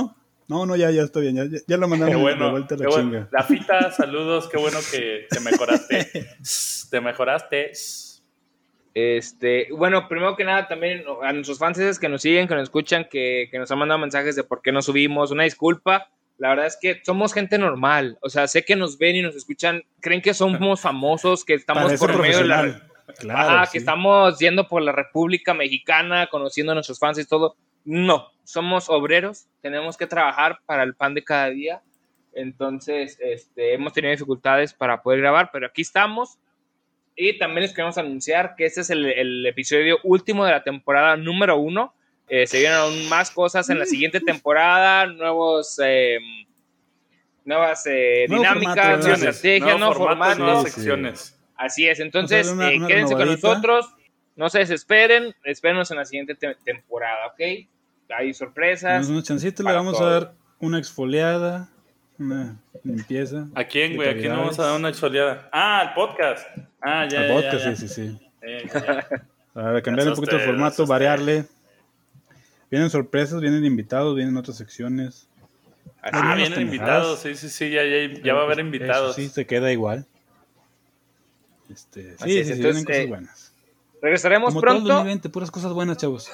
No, no, ya, ya estoy bien. Ya, ya lo mandamos bueno, de vuelta a la qué chinga. Bueno. La Fita, saludos. Qué bueno que te mejoraste. Te mejoraste. Este, bueno, primero que nada, también a nuestros fans que nos siguen, que nos escuchan, que, que nos han mandado mensajes de por qué no subimos. Una disculpa. La verdad es que somos gente normal. O sea, sé que nos ven y nos escuchan. Creen que somos famosos, que estamos Parece por medio de la... Claro, ah, sí. que estamos yendo por la República Mexicana, conociendo a nuestros fans y todo. No, somos obreros, tenemos que trabajar para el pan de cada día. Entonces, este, hemos tenido dificultades para poder grabar, pero aquí estamos. Y también les queremos anunciar que este es el, el episodio último de la temporada número uno. Eh, se vienen aún más cosas en la siguiente temporada, nuevos, eh, nuevas eh, dinámicas, formato, nuevas estrategias, nuevos formatos, nuevas sí, secciones. Sí. Así es, entonces una, eh, una quédense con renovadita. nosotros, no se desesperen, espérenos en la siguiente te- temporada, ¿ok? Hay sorpresas. Damos una chancita, le para vamos todo. a dar una exfoliada, una limpieza. ¿A quién, güey? ¿A quién vamos a dar una exfoliada? Ah, al podcast. Ah, ya, Al ya, podcast, ya, ya. sí, sí, sí. Eh, ya, ya. Para cambiar un Eso poquito el usted, formato, eso usted. variarle. Vienen sorpresas, vienen invitados, vienen otras secciones. Así Ah, es. vienen invitados. Sí, sí, sí, ya, ya, ya va a haber Eso invitados. sí, se queda igual. Este, sí, Así sí, es, sí, entonces, vienen cosas eh, buenas. Regresaremos Como todo el pronto. dos mil veinte, puras cosas buenas, chavos.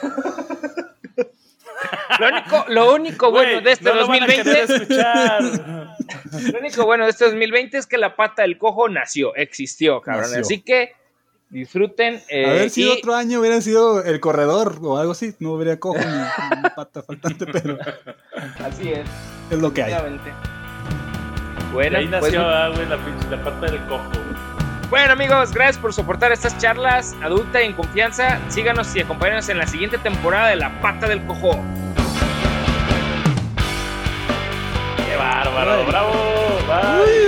Lo único, lo único bueno Güey, de este no lo van a dos mil veinte, querer escuchar. lo único bueno de este dos mil veinte es que la pata del cojo nació, existió, cabrón. Nació. Así que disfruten. Eh, Haber sido y- otro año hubiera sido el corredor o algo así. No hubiera cojo ni, ni pata faltante, pero Así es, es lo que hay. efectivamente. Y Bueno, ahí pues, nació, ah, güey, la, pinche- la pata del cojo. bueno, amigos, gracias por soportar estas charlas adulta y en confianza. Síganos y acompáñanos en la siguiente temporada de La Pata del Cojo. ¡Qué bárbaro! Ay. ¡Bravo! ¡Bye!